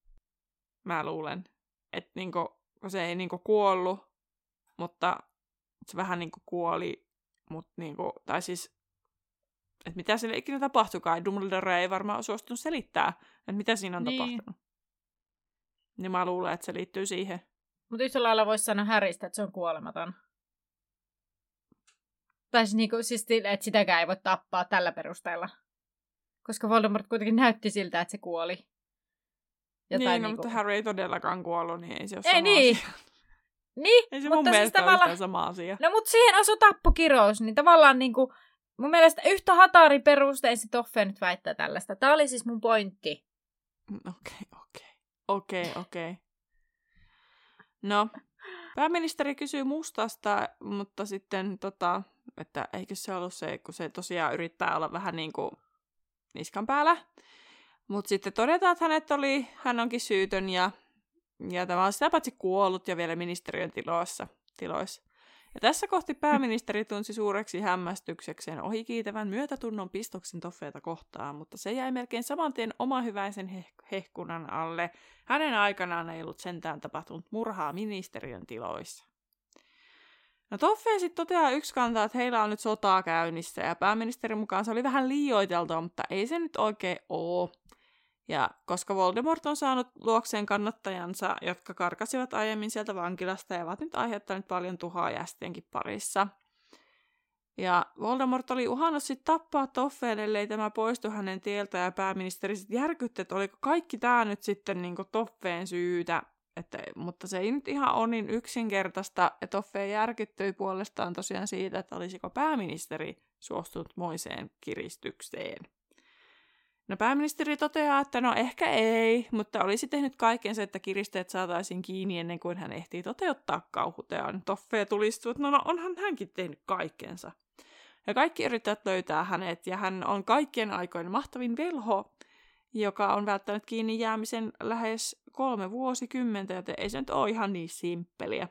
Mä luulen, että niinku, se ei niinku kuollut, mutta se vähän niinku kuoli, mut niinku, tai siis, että mitä sille ikinä tapahtukaan. Dumbledore ei varmaan suostunut selittää, että mitä siinä on niin tapahtunut. Niin mä luulen, että se liittyy siihen. Mutta yhtä lailla voisi sanoa Harrystä, että se on kuolematon. Tai siis, niinku, siis että sitäkään ei voi tappaa tällä perusteella. Koska Voldemort kuitenkin näytti siltä, että se kuoli. Jotain niin, no, niinku mutta Harry ei todellakaan kuollut, niin ei se ole ei sama niin. asia. Niin, ei se mutta mun siis mielestä tavallaan ole sama asia. No mutta siihen asui tappokirous, niin tavallaan niinku, mun mielestä yhtä hatari perustein se Toffee nyt väittää tällaista. Tää oli siis mun pointti. Okei, okei. Okei, okei. No, pääministeri kysyy mustasta, mutta sitten, tota, että eikö se ollut se, kun se tosiaan yrittää olla vähän niin kuin niskan päällä. Mutta sitten todetaan, että hänet oli, hän onkin syytön ja, ja tämä on sitä paitsi kuollut ja vielä ministeriön tiloissa. tiloissa. Ja tässä kohti pääministeri tunsi suureksi hämmästyksekseen ohikiitävän myötätunnon pistoksen Toffeeta kohtaan, mutta se jäi melkein saman tien omahyväisen heh- hehkunan alle. Hänen aikanaan ei ollut sentään tapahtunut murhaa ministeriön tiloissa. No Toffee sitten toteaa yksi kantaa, että heillä on nyt sotaa käynnissä, ja pääministerin mukaan se oli vähän liioiteltua, mutta ei se nyt oikein ole. Ja koska Voldemort on saanut luokseen kannattajansa, jotka karkasivat aiemmin sieltä vankilasta ja ovat nyt aiheuttaneet paljon tuhoa jästienkin parissa. Ja Voldemort oli uhannut sitten tappaa Toffeen, ellei tämä poistu hänen tieltä, ja pääministeri sitten järkytti, että oliko kaikki tämä nyt sitten niin kuin Toffeen syytä. Että, mutta se ei nyt ihan ole niin yksinkertaista, ja Toffee järkyttyi puolestaan tosiaan siitä, että olisiko pääministeri suostunut moiseen kiristykseen. No pääministeri toteaa, että no ehkä ei, mutta olisi tehnyt kaikensa, että kiristeet saataisiin kiinni ennen kuin hän ehtii toteuttaa kauhuteon. Toffee tulistuu, että no, no onhan hänkin tehnyt kaikensa. Ja kaikki yrittävät löytää hänet, ja hän on kaikkien aikojen mahtavin velho, joka on välttänyt kiinni jäämisen lähes kolme vuosikymmentä, joten ei se nyt ole ihan niin simppeliä.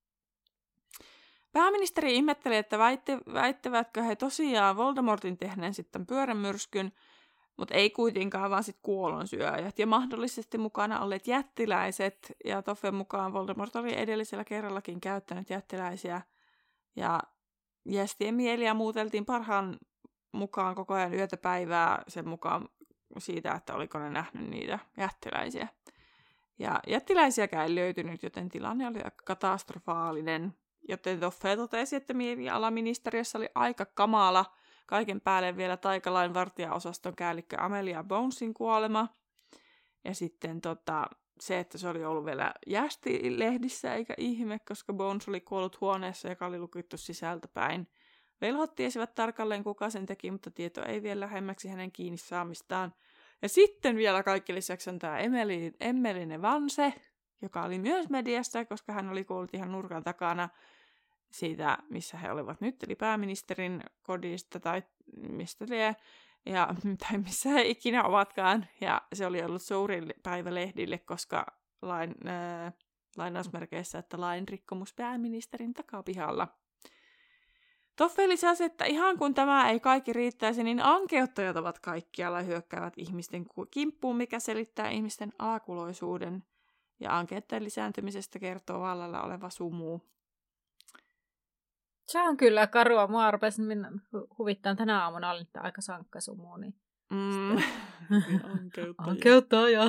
Pääministeri ihmetteli, että väitte, väittävätkö he tosiaan Voldemortin tehneen sitten pyörämyrskyn, mutta ei kuitenkaan, vaan sitten kuolonsyöjät ja mahdollisesti mukana olleet jättiläiset. Ja Toffen mukaan Voldemort oli edellisellä kerrallakin käyttänyt jättiläisiä. Ja jästien mieliä muuteltiin parhaan mukaan koko ajan yötä päivää sen mukaan siitä, että oliko ne nähnyt niitä jättiläisiä. Ja jättiläisiäkään ei löytynyt, joten tilanne oli aika katastrofaalinen. Joten Toffe totesi, että mielialaministeriössä oli aika kamala. Kaiken päälle vielä taikalain vartijaosaston päällikkö Amelia Bonesin kuolema. Ja sitten tota, se, että se oli ollut vielä jästi-lehdissä eikä ihme, koska Bones oli kuollut huoneessa, joka oli lukittu sisältäpäin. Velhot tiesivät tarkalleen, kuka sen teki, mutta tieto ei vielä lähemmäksi hänen kiinni saamistaan. Ja sitten vielä kaikki lisäksi on tämä Emmeline Vance, joka oli myös mediassa, koska hän oli kuollut ihan nurkan takana siitä, missä he olivat nyt, eli pääministerin kodista tai mistä lie, ja, tai missä he ikinä ovatkaan. Ja se oli ollut suuri päivä lehdille, koska lain, äh, lainausmerkeissä, että lain rikkomus pääministerin takapihalla. Toffe lisäsi, että ihan kun tämä ei kaikki riittäisi, niin ankeuttajat ovat kaikkialla ja hyökkäävät ihmisten kimppuun, mikä selittää ihmisten alakuloisuuden. Ja ankeuttajien lisääntymisestä kertoo vallalla oleva sumu. Se on kyllä karua. Mua rupesi huvittaa tänä aamuna, oli aika sankka sumu. Niin... Mm. Ankeuttaja. Ankeuttaja.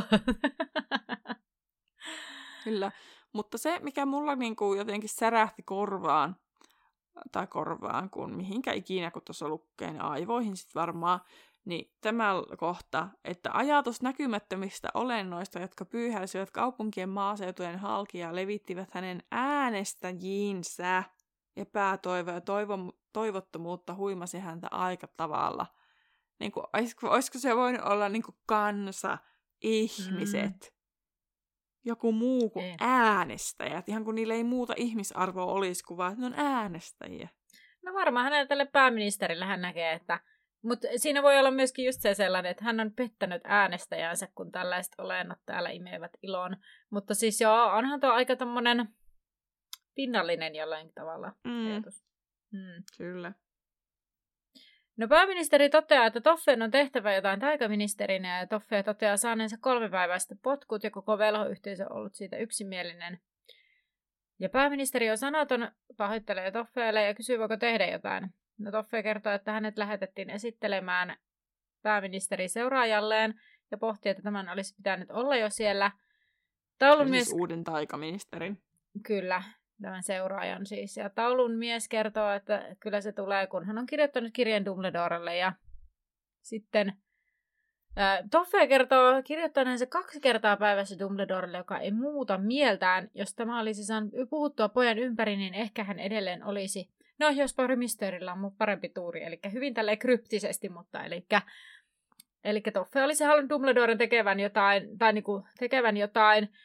Kyllä, mutta se, mikä mulla niinku jotenkin särähti korvaan, tai korvaan, kun mihinkä ikinä, kun tuossa lukee, niin aivoihin sitten varmaan, niin tämä kohta, että ajatus näkymättömistä olennoista, jotka pyyhäisivät kaupunkien maaseutujen halki ja levittivät hänen äänestäjiinsä, epätoivoa ja toivo, toivottomuutta huimasi häntä aika tavalla. Niin kuin, olisiko, olisiko se voinut olla niin kuin kansa, ihmiset, mm. joku muu kuin ei. Äänestäjät, ihan kun niillä ei muuta ihmisarvoa olisi kuin vaan, että ne on äänestäjiä. No varmaan hänellä tälle pääministerille hän näkee, että mutta siinä voi olla myöskin just se sellainen, että hän on pettänyt äänestäjänsä, kun tällaiset olennot täällä imevät ilon. Mutta siis joo, onhan tuo aika tommonen pinnallinen jollain tavalla mm. ajatus. Mm. Kyllä. No pääministeri toteaa, että Toffen on tehtävä jotain taikaministerinä, ja Toffe toteaa saaneensa kolmepäiväistä potkut, ja koko velhoyhteisö on ollut siitä yksimielinen. Ja pääministeri on sanaton, pahoittelee Toffeelle ja kysyy, voiko tehdä jotain. No Toffe kertoo, että hänet lähetettiin esittelemään pääministeri seuraajalleen, ja pohtii, että tämän olisi pitänyt olla jo siellä. Taulun mies... mies... uuden taikaministerin. Kyllä, tämän seuraajan siis. Ja taulun mies kertoo, että kyllä se tulee, kun hän on kirjoittanut kirjeen Dumbledorelle. Ja sitten ää, Toffe kertoo kirjoittaneensa kaksi kertaa päivässä Dumbledorelle, joka ei muuta mieltään. Jos tämä olisi saanut puhuttua pojan ympäri, niin ehkä hän edelleen olisi... No, jos Barry Mysteryllä on mun parempi tuuri, eli hyvin tälleen kryptisesti, mutta eli... Eli Toffe olisi halunnut Dumbledoren tekevän jotain, tai niinku tekevän jotain,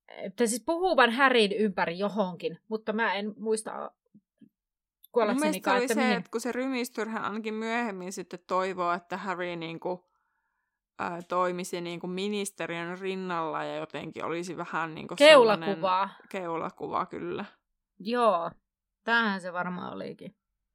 että siis puhuvan Harryn ympäri johonkin, mutta mä en muista kuollaksenikaan, että että se, mihin. että kun se rymistyrhän ainakin myöhemmin sitten toivoo, että Harry niinku, ää, toimisi niinku ministeriön rinnalla ja jotenkin olisi vähän niinku Keulakuvaa. Keulakuva, kyllä. Joo, tämähän se varmaan olikin.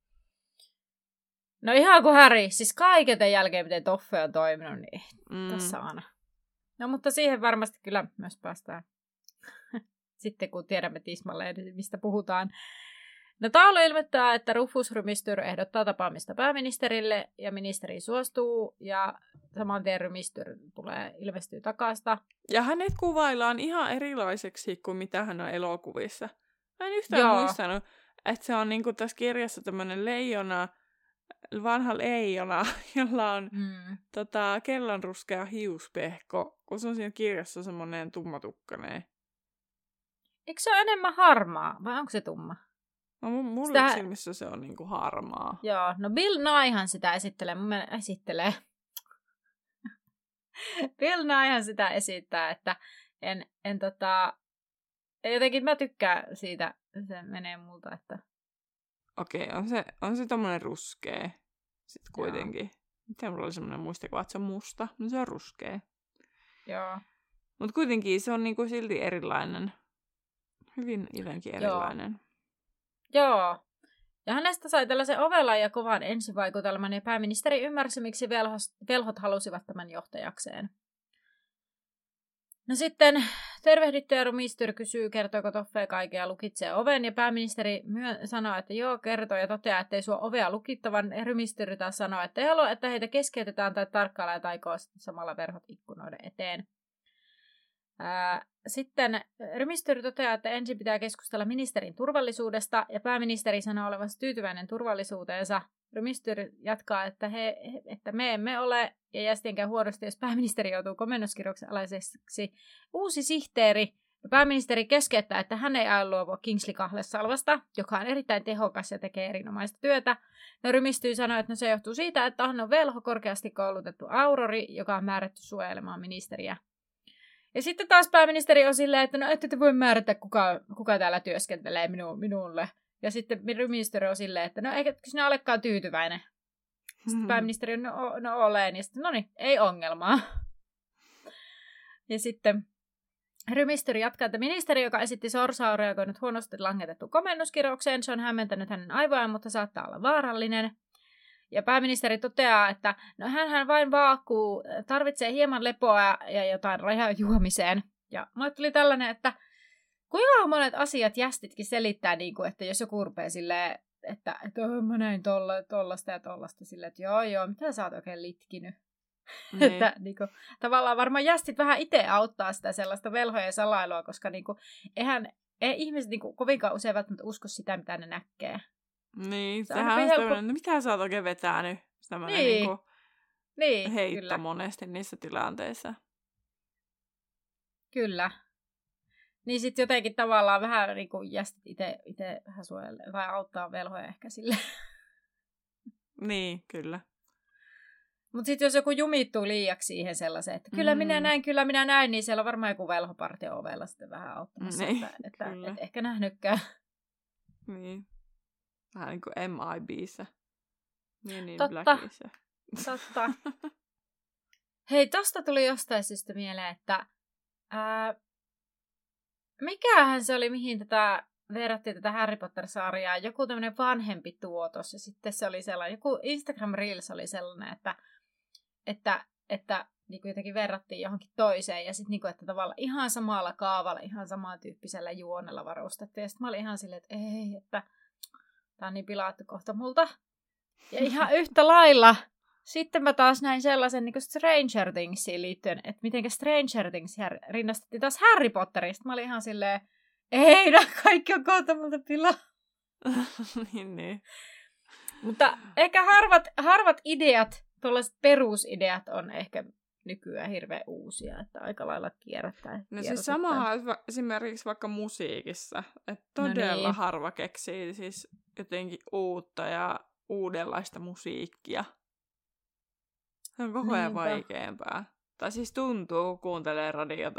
No ihan kuin Harry, siis kaiken jälkeen, miten Toffe on toiminut, niin mm. tässä on. No mutta siihen varmasti kyllä myös päästään sitten, kun tiedämme tismalleen, mistä puhutaan. No taulu ilmoittaa, että Rufus Rymistyr ehdottaa tapaamista pääministerille, ja ministeri suostuu, ja saman tien Rymistyr tulee ilmestyy takasta. Ja hänet kuvaillaan ihan erilaiseksi kuin mitä hän on elokuvissa. Mä en yhtään Joo. muistanut, että se on niinku tässä kirjassa tämmöinen leijona, vanha leijona, jolla on mm. tota, kellonruskea hiuspehko, kun se on siinä kirjassa semmoinen tummatukkainen. Eikö se ole enemmän harmaa, vai onko se tumma? No mulle sitä... silmissä se on niinku harmaa. Joo, no Bill Nyehan sitä esittelee. Mun mielestä esittelee. Bill Nyehan sitä esittää, että en, en tota... Jotenkin mä tykkään siitä, se menee multa, että... Okei, on se, on se tommonen ruskea. Sitten kuitenkin. Miten mulla oli semmoinen muistikuva, että se on musta, mutta se on ruskea. Joo. Mutta kuitenkin se on niinku silti erilainen. Hyvin jotenkin erilainen. Joo. Joo. Ja hänestä sai tällaisen ovelan ja kovan ensivaikutelman, ja pääministeri ymmärsi, miksi velhos, velhot halusivat tämän johtajakseen. No sitten tervehdittyä Rymistyr kysyy, kertooko Toffe kaiken ja lukitsee oven, ja pääministeri myö- sanoo, että joo, kertoo ja toteaa, ettei suo ovea lukittavan. Rymistyr taas sanoo, että ei halua, että heitä keskeytetään tai tarkkailla ja taikoo samalla verhot ikkunoiden eteen. Ää, sitten Rymistyr toteaa, että ensin pitää keskustella ministerin turvallisuudesta, ja pääministeri sanoo olevansa tyytyväinen turvallisuuteensa. Rymistyr jatkaa, että, he, että me emme ole, ja jästienkään huonosti, jos pääministeri joutuu komennuskirjouksen alaiseksi. Uusi sihteeri, pääministeri keskeyttää, että hän ei aio luopua Kingsley Kahlesalvasta, joka on erittäin tehokas ja tekee erinomaista työtä. No Rymistyr sanoo, että no se johtuu siitä, että hän on velho korkeasti koulutettu aurori, joka on määrätty suojelemaan ministeriä. Ja sitten taas pääministeri on silleen, että no ette te voi määrätä, kuka, kuka täällä työskentelee minu, minulle. Ja sitten Rymistyr on silleen, että no eikä sinä olekaan tyytyväinen. Sitten mm-hmm. pääministeri on, no, no olen. Ja sitten no niin, ei ongelmaa. Ja sitten Rymistyr jatkaa, että ministeri, joka esitti Sorsaa, on reagoinut huonosti langetettu komennuskirjaukseen. Se on hämmentänyt hänen aivojaan, mutta saattaa olla vaarallinen. Ja pääministeri toteaa, että no hänhän vain vaakkuu, tarvitsee hieman lepoa ja jotain rajaa juomiseen. Ja mulle tuli tällainen, että kuinka monet asiat jästitkin selittää, niin kuin, että jos joku rupeaa silleen, että, että oh, mä näin tolla, tollasta ja tollasta, silleen, että joo joo, mitä sä oot oikein litkinyt? Niin. Että niin kuin, tavallaan varmaan jästit vähän itse auttaa sitä sellaista velhojen salailua, koska niin kuin, eihän ei ihmiset niin kuin, kovinkaan usein välttämättä usko sitä, mitä ne näkee. Niin, se sehän on helppo... no mitä sä oot oikein vetänyt? Tämmöinen niin. Niin kuin niin, heitto kyllä. Monesti niissä tilanteissa. Kyllä. Niin sitten jotenkin tavallaan vähän niin kuin jästit itse vähän suojelee, vai auttaa velhoja ehkä sille. Niin, kyllä. Mutta sitten jos joku jumittuu liiaksi siihen sellaiseen, että kyllä mm. minä näin, kyllä minä näin, niin siellä on varmaan joku velhopartio ovella sitten vähän auttamassa, niin, että, että et ehkä nähnytkään. Niin. Vähän niin kuin M I B:ssä. Niin, niin Totta. Blackissa. Totta. Hei, tosta tuli jostain syystä mieleen, että ää, mikähän se oli, mihin tätä verrattiin tätä Harry Potter-sarjaa, joku tämmöinen vanhempi tuotos, ja sitten se oli sellainen, joku Instagram Reels oli sellainen, että, että, että niin kuin jotenkin verrattiin johonkin toiseen, ja sitten niin kuin, että tavallaan ihan samalla kaavalla, ihan samantyyppisellä juonella varustettu, ja sitten mä olin ihan silleen, että ei, että tää on niin pilattu kohta multa. Ja ihan yhtä lailla. Sitten mä taas näin sellaisen niin kuin Stranger Thingsiin liittyen, että mitenkä Stranger Things rinnastettiin taas Harry Potterista. Mä olin ihan silleen, ei, nää kaikki on kohta multa pilaa. niin, niin. Mutta ehkä harvat, harvat ideat, tuollaiset perusideat on ehkä nykyään hirveän uusia, että aika lailla kierrättää. No siis samahan esimerkiksi vaikka musiikissa, että todella no niin. harva keksii siis jotenkin uutta ja uudenlaista musiikkia. Se on koko ajan vaikeampaa. Tai siis tuntuu, kuuntelee radiota.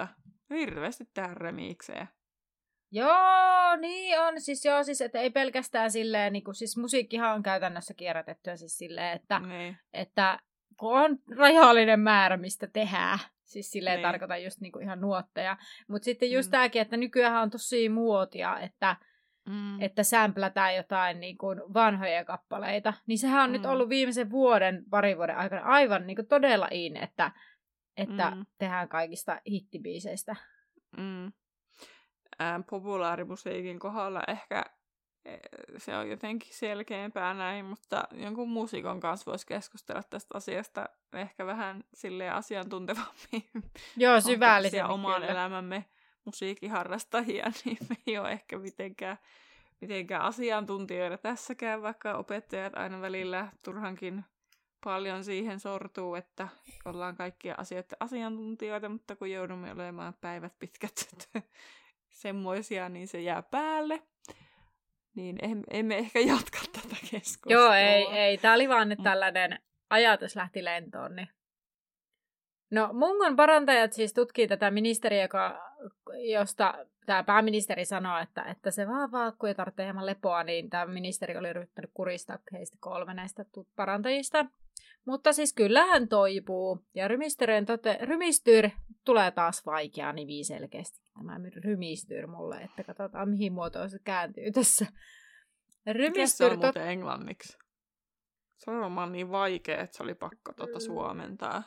Hirveästi tehdä remiksejä. Joo, niin on. Siis joo, siis että ei pelkästään silleen, niin kuin, siis musiikkihan on käytännössä kierrätettyä siis silleen, että, Niin. että kun on rajallinen määrä, mistä tehdään. Siis silleen Niin. tarkoitan just niin kuin ihan nuotteja. Mutta sitten just Mm. tämäkin, että nykyään on tosi muotia, että Mm. että sämplätään jotain niin kuin vanhoja kappaleita, niin sehän on mm. nyt ollut viimeisen vuoden, parin vuoden aikana aivan niin kuin todella in, että, että Mm. tehdään kaikista hittibiiseistä. Mm. Ää, populaarimusiikin kohdalla ehkä se on jotenkin selkeämpää näin, mutta jonkun muusikon kanssa voisi keskustella tästä asiasta ehkä vähän silleen asiantuntevammin. Joo, syvällisemmin oman kyllä. elämämme musiikkiharrastajia, niin me ei ole ehkä mitenkään, mitenkään asiantuntijoita tässäkään, vaikka opettajat aina välillä turhankin paljon siihen sortuu, että ollaan kaikkia asioita asiantuntijoita, mutta kun joudumme olemaan päivät pitkät semmoisia, niin se jää päälle. Niin emme ehkä jatka tätä keskustelua. Joo, ei, ei. Tämä oli vaan nyt tällainen ajatus lähti lentoon. Niin. No, Mungon parantajat siis tutkii tätä ministeriä, joka, josta tämä pääministeri sanoo, että, että se vaan vaakkuu ja tarvitsee hieman lepoa, niin tämä ministeri oli ryhtynyt kuristaa heistä kolme näistä parantajista. Mutta siis kyllä hän toipuu. Ja tote, rymistyr tulee taas vaikea nimi selkeästi. Tämä rymistyr mulle, että katsotaan mihin muotoon se kääntyy tässä. Mikä se on muuten englanniksi? Se on varmaan niin vaikea, että se oli pakko tuota suomentaa.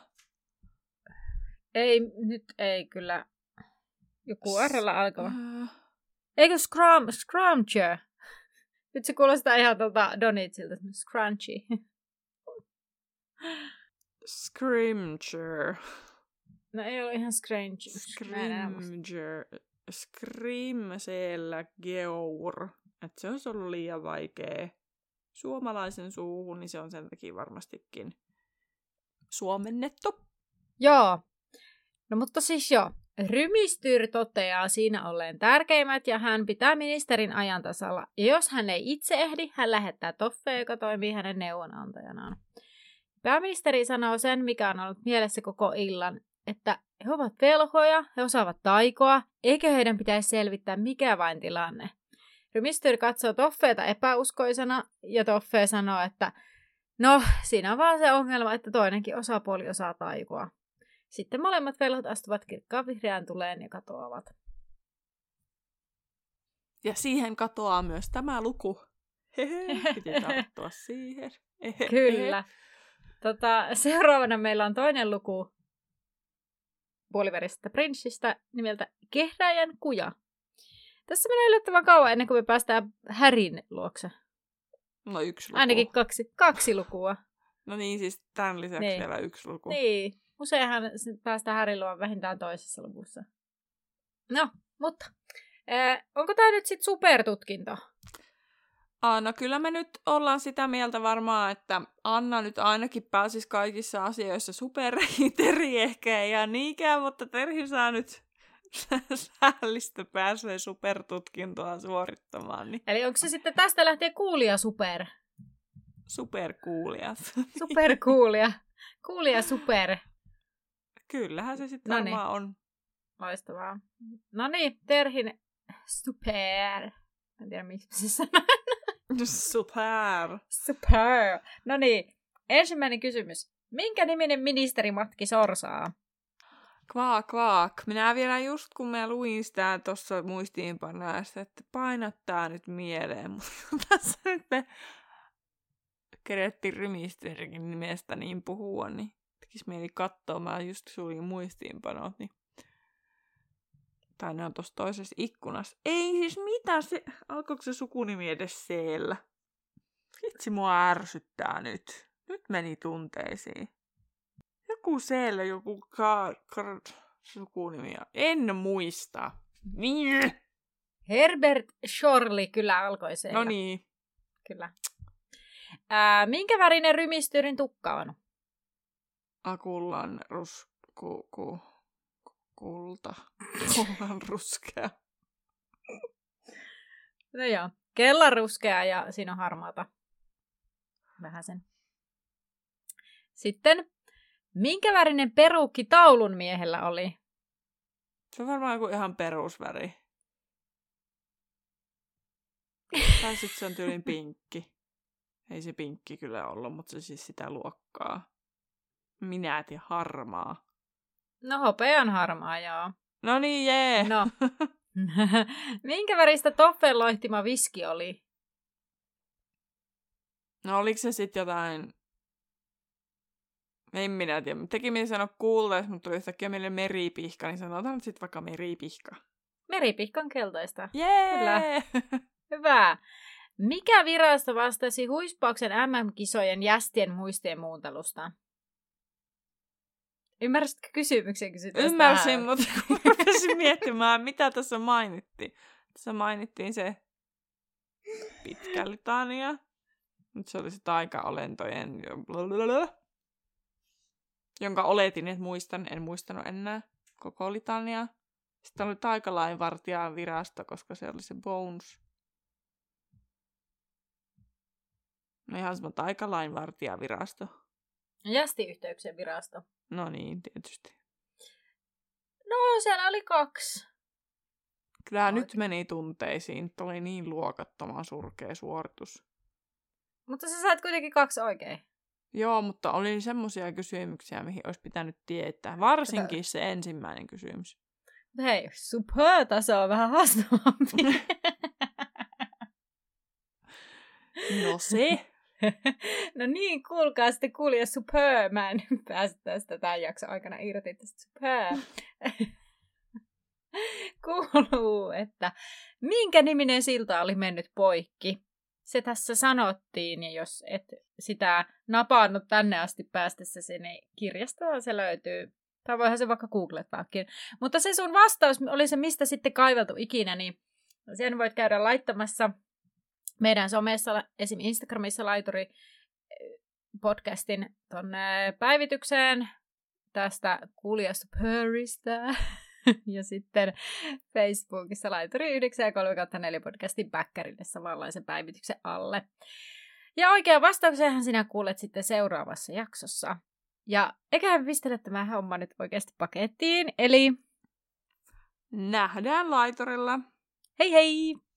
Ei, nyt ei kyllä. Joku R-llä alkava. Uh... Eikö scrum, scrumcher? Nyt se kuulostaa ihan tuolta Donitsilta. Scrunchy. Scrimger. No ei ole ihan scruncher. Scrimger. Scrimsellä geur. Että se olisi ollut liian vaikea suomalaisen suuhun, niin se on sen takia varmastikin suomennettu. Joo. No mutta siis joo. Rymistyr toteaa siinä olleen tärkeimmät ja hän pitää ministerin ajan tasalla. Ja jos hän ei itse ehdi, hän lähettää Toffea, joka toimii hänen neuvonantajanaan. Pääministeri sanoo sen, mikä on ollut mielessä koko illan, että he ovat velhoja, he osaavat taikoa, eikä heidän pitäisi selvittää mikä vain tilanne. Rymistyr katsoo Toffeeta epäuskoisena ja Toffee sanoo, että no, siinä on vaan se ongelma, että toinenkin osapuoli osaa taikoa. Sitten molemmat velhot astuvat kirkkaan vihreään tuleen ja katoavat. Ja siihen katoaa myös tämä luku. Hehe, piti tarttua siihen. Kyllä. Tota, seuraavana meillä on toinen luku puoliverisestä prinssistä nimeltä Kehräjän kuja. Tässä menee yllättävän kauan ennen kuin me päästään Härin luokse. No yksi luku. Ainakin kaksi, kaksi lukua. No niin, siis tämän lisäksi niin. Vielä yksi luku. Niin, useinhan päästään Härin luon vähintään toisessa luvussa. No, mutta äh, onko tämä nyt sitten supertutkinto? Ah, no kyllä me nyt ollaan sitä mieltä varmaan, että Anna nyt ainakin pääsisi kaikissa asioissa superreihin. Terhi ehkä ei ihan niinkään, mutta Terhi saa nyt säällistä pääsee supertutkintoa suorittamaan. Niin. Eli onko se sitten tästä lähtien kuulija super? Superkuulijat. Superkuulija. Kuulija super. Kyllähän se sitten varmaan on. Loistavaa. No niin, Terhin super. En tiedä, miksi se sanoo. Super. Super. No niin, ensimmäinen kysymys. Minkä niminen ministeri matki sorsaa? Kvaak, kvaak. Minä vielä just kun mä luin sitä tuossa muistiinpanoista, että painattaa nyt mieleen. Mutta tässä nyt me kerettiin rymisterikin nimestä niin puhua, niin tekisi mieli katsoa. Mä just suljin muistiinpanot, niin tai ne on tuossa toisessa ikkunassa. Ei siis mitä se, alkoiko se sukunimi edes siellä? Vitsi mua ärsyttää nyt. Nyt meni tunteisiin. Joku siellä, joku ka- ka- sukunimi. En muista. Niin. Herbert Shorley kyllä alkoi se. No niin. Kyllä. Ää, minkä värinen rymistyrin tukka on? Akullan rusku... Ku, kulta. Kullan ruskea. No joo. Kellan ruskea ja siinä on harmaata. Vähän sen. Sitten, minkä värinen peruukki taulun miehellä oli? Se on varmaan joku ihan perusväri. Tai sitten se on tyylin pinkki. Ei se pinkki kyllä ollut, mutta se siis sitä luokkaa. Minä tiedän, harmaa. No hopean harmaa, joo. No niin, jee! No. Minkä väristä Toffen loihtima viski oli? No oliko se sitten jotain... En minä tiedä. Teki minä sanoa kuullees, mutta tuli yhtäkkiä meille meripihka, niin sanotaan nyt sitten vaikka meripihka. Meripihkan keltaista. Jee! Kyllä. Hyvä. Mikä virasto vastasi huispauksen M M-kisojen jästien muistien muuntelusta? Ymmärsitkö kysymyksen kysytä? Ymmärsin, mutta kun rupesin miettimään, mitä tässä mainittiin. Tässä mainittiin se pitkä litania. Nyt se oli se taikaolentojen, jonka oletin, että muistan. En muistanut enää koko litania. Sitten oli taikalainvartijan virasto, koska se oli se Bones. No ihan semmoinen taikalainvartijan virasto. Jästiyhteyksien virasto. No niin, tietysti. No, siellä oli kaksi. Kyllä Oot. Nyt meni tunteisiin. Tuo oli niin luokattoman surkea suoritus. Mutta sä sait kuitenkin kaksi oikein. Joo, mutta oli semmoisia kysymyksiä, mihin olisi pitänyt tietää. Varsinkin se ensimmäinen kysymys. Hei, super-taso on vähän haastavampi. No se. No niin, kuulkaa sitten kuulija super. Mä en pääse tästä tämän jakson aikana irti tästä super. Kuuluu, että minkä niminen silta oli mennyt poikki? Se tässä sanottiin, ja jos et sitä napannut tänne asti päästessäsi, niin kirjastoon se löytyy. Tai voihan se vaikka googlettaakin. Mutta se sun vastaus oli se, mistä sitten kaiveltu ikinä, niin sen voit käydä laittamassa meidän somessa, esim. Instagramissa Laituri podcastin tonne päivitykseen tästä kuulijasta pöristä. Ja sitten Facebookissa Laituri yhdeksän ja kolme kautta neljä podcastin backerille samanlaisen päivityksen alle. Ja oikea vastauksenhan sinä kuulet sitten seuraavassa jaksossa. Ja eiköhän pistele tämä homma nyt oikeasti pakettiin. Eli nähdään laiturilla. Hei hei!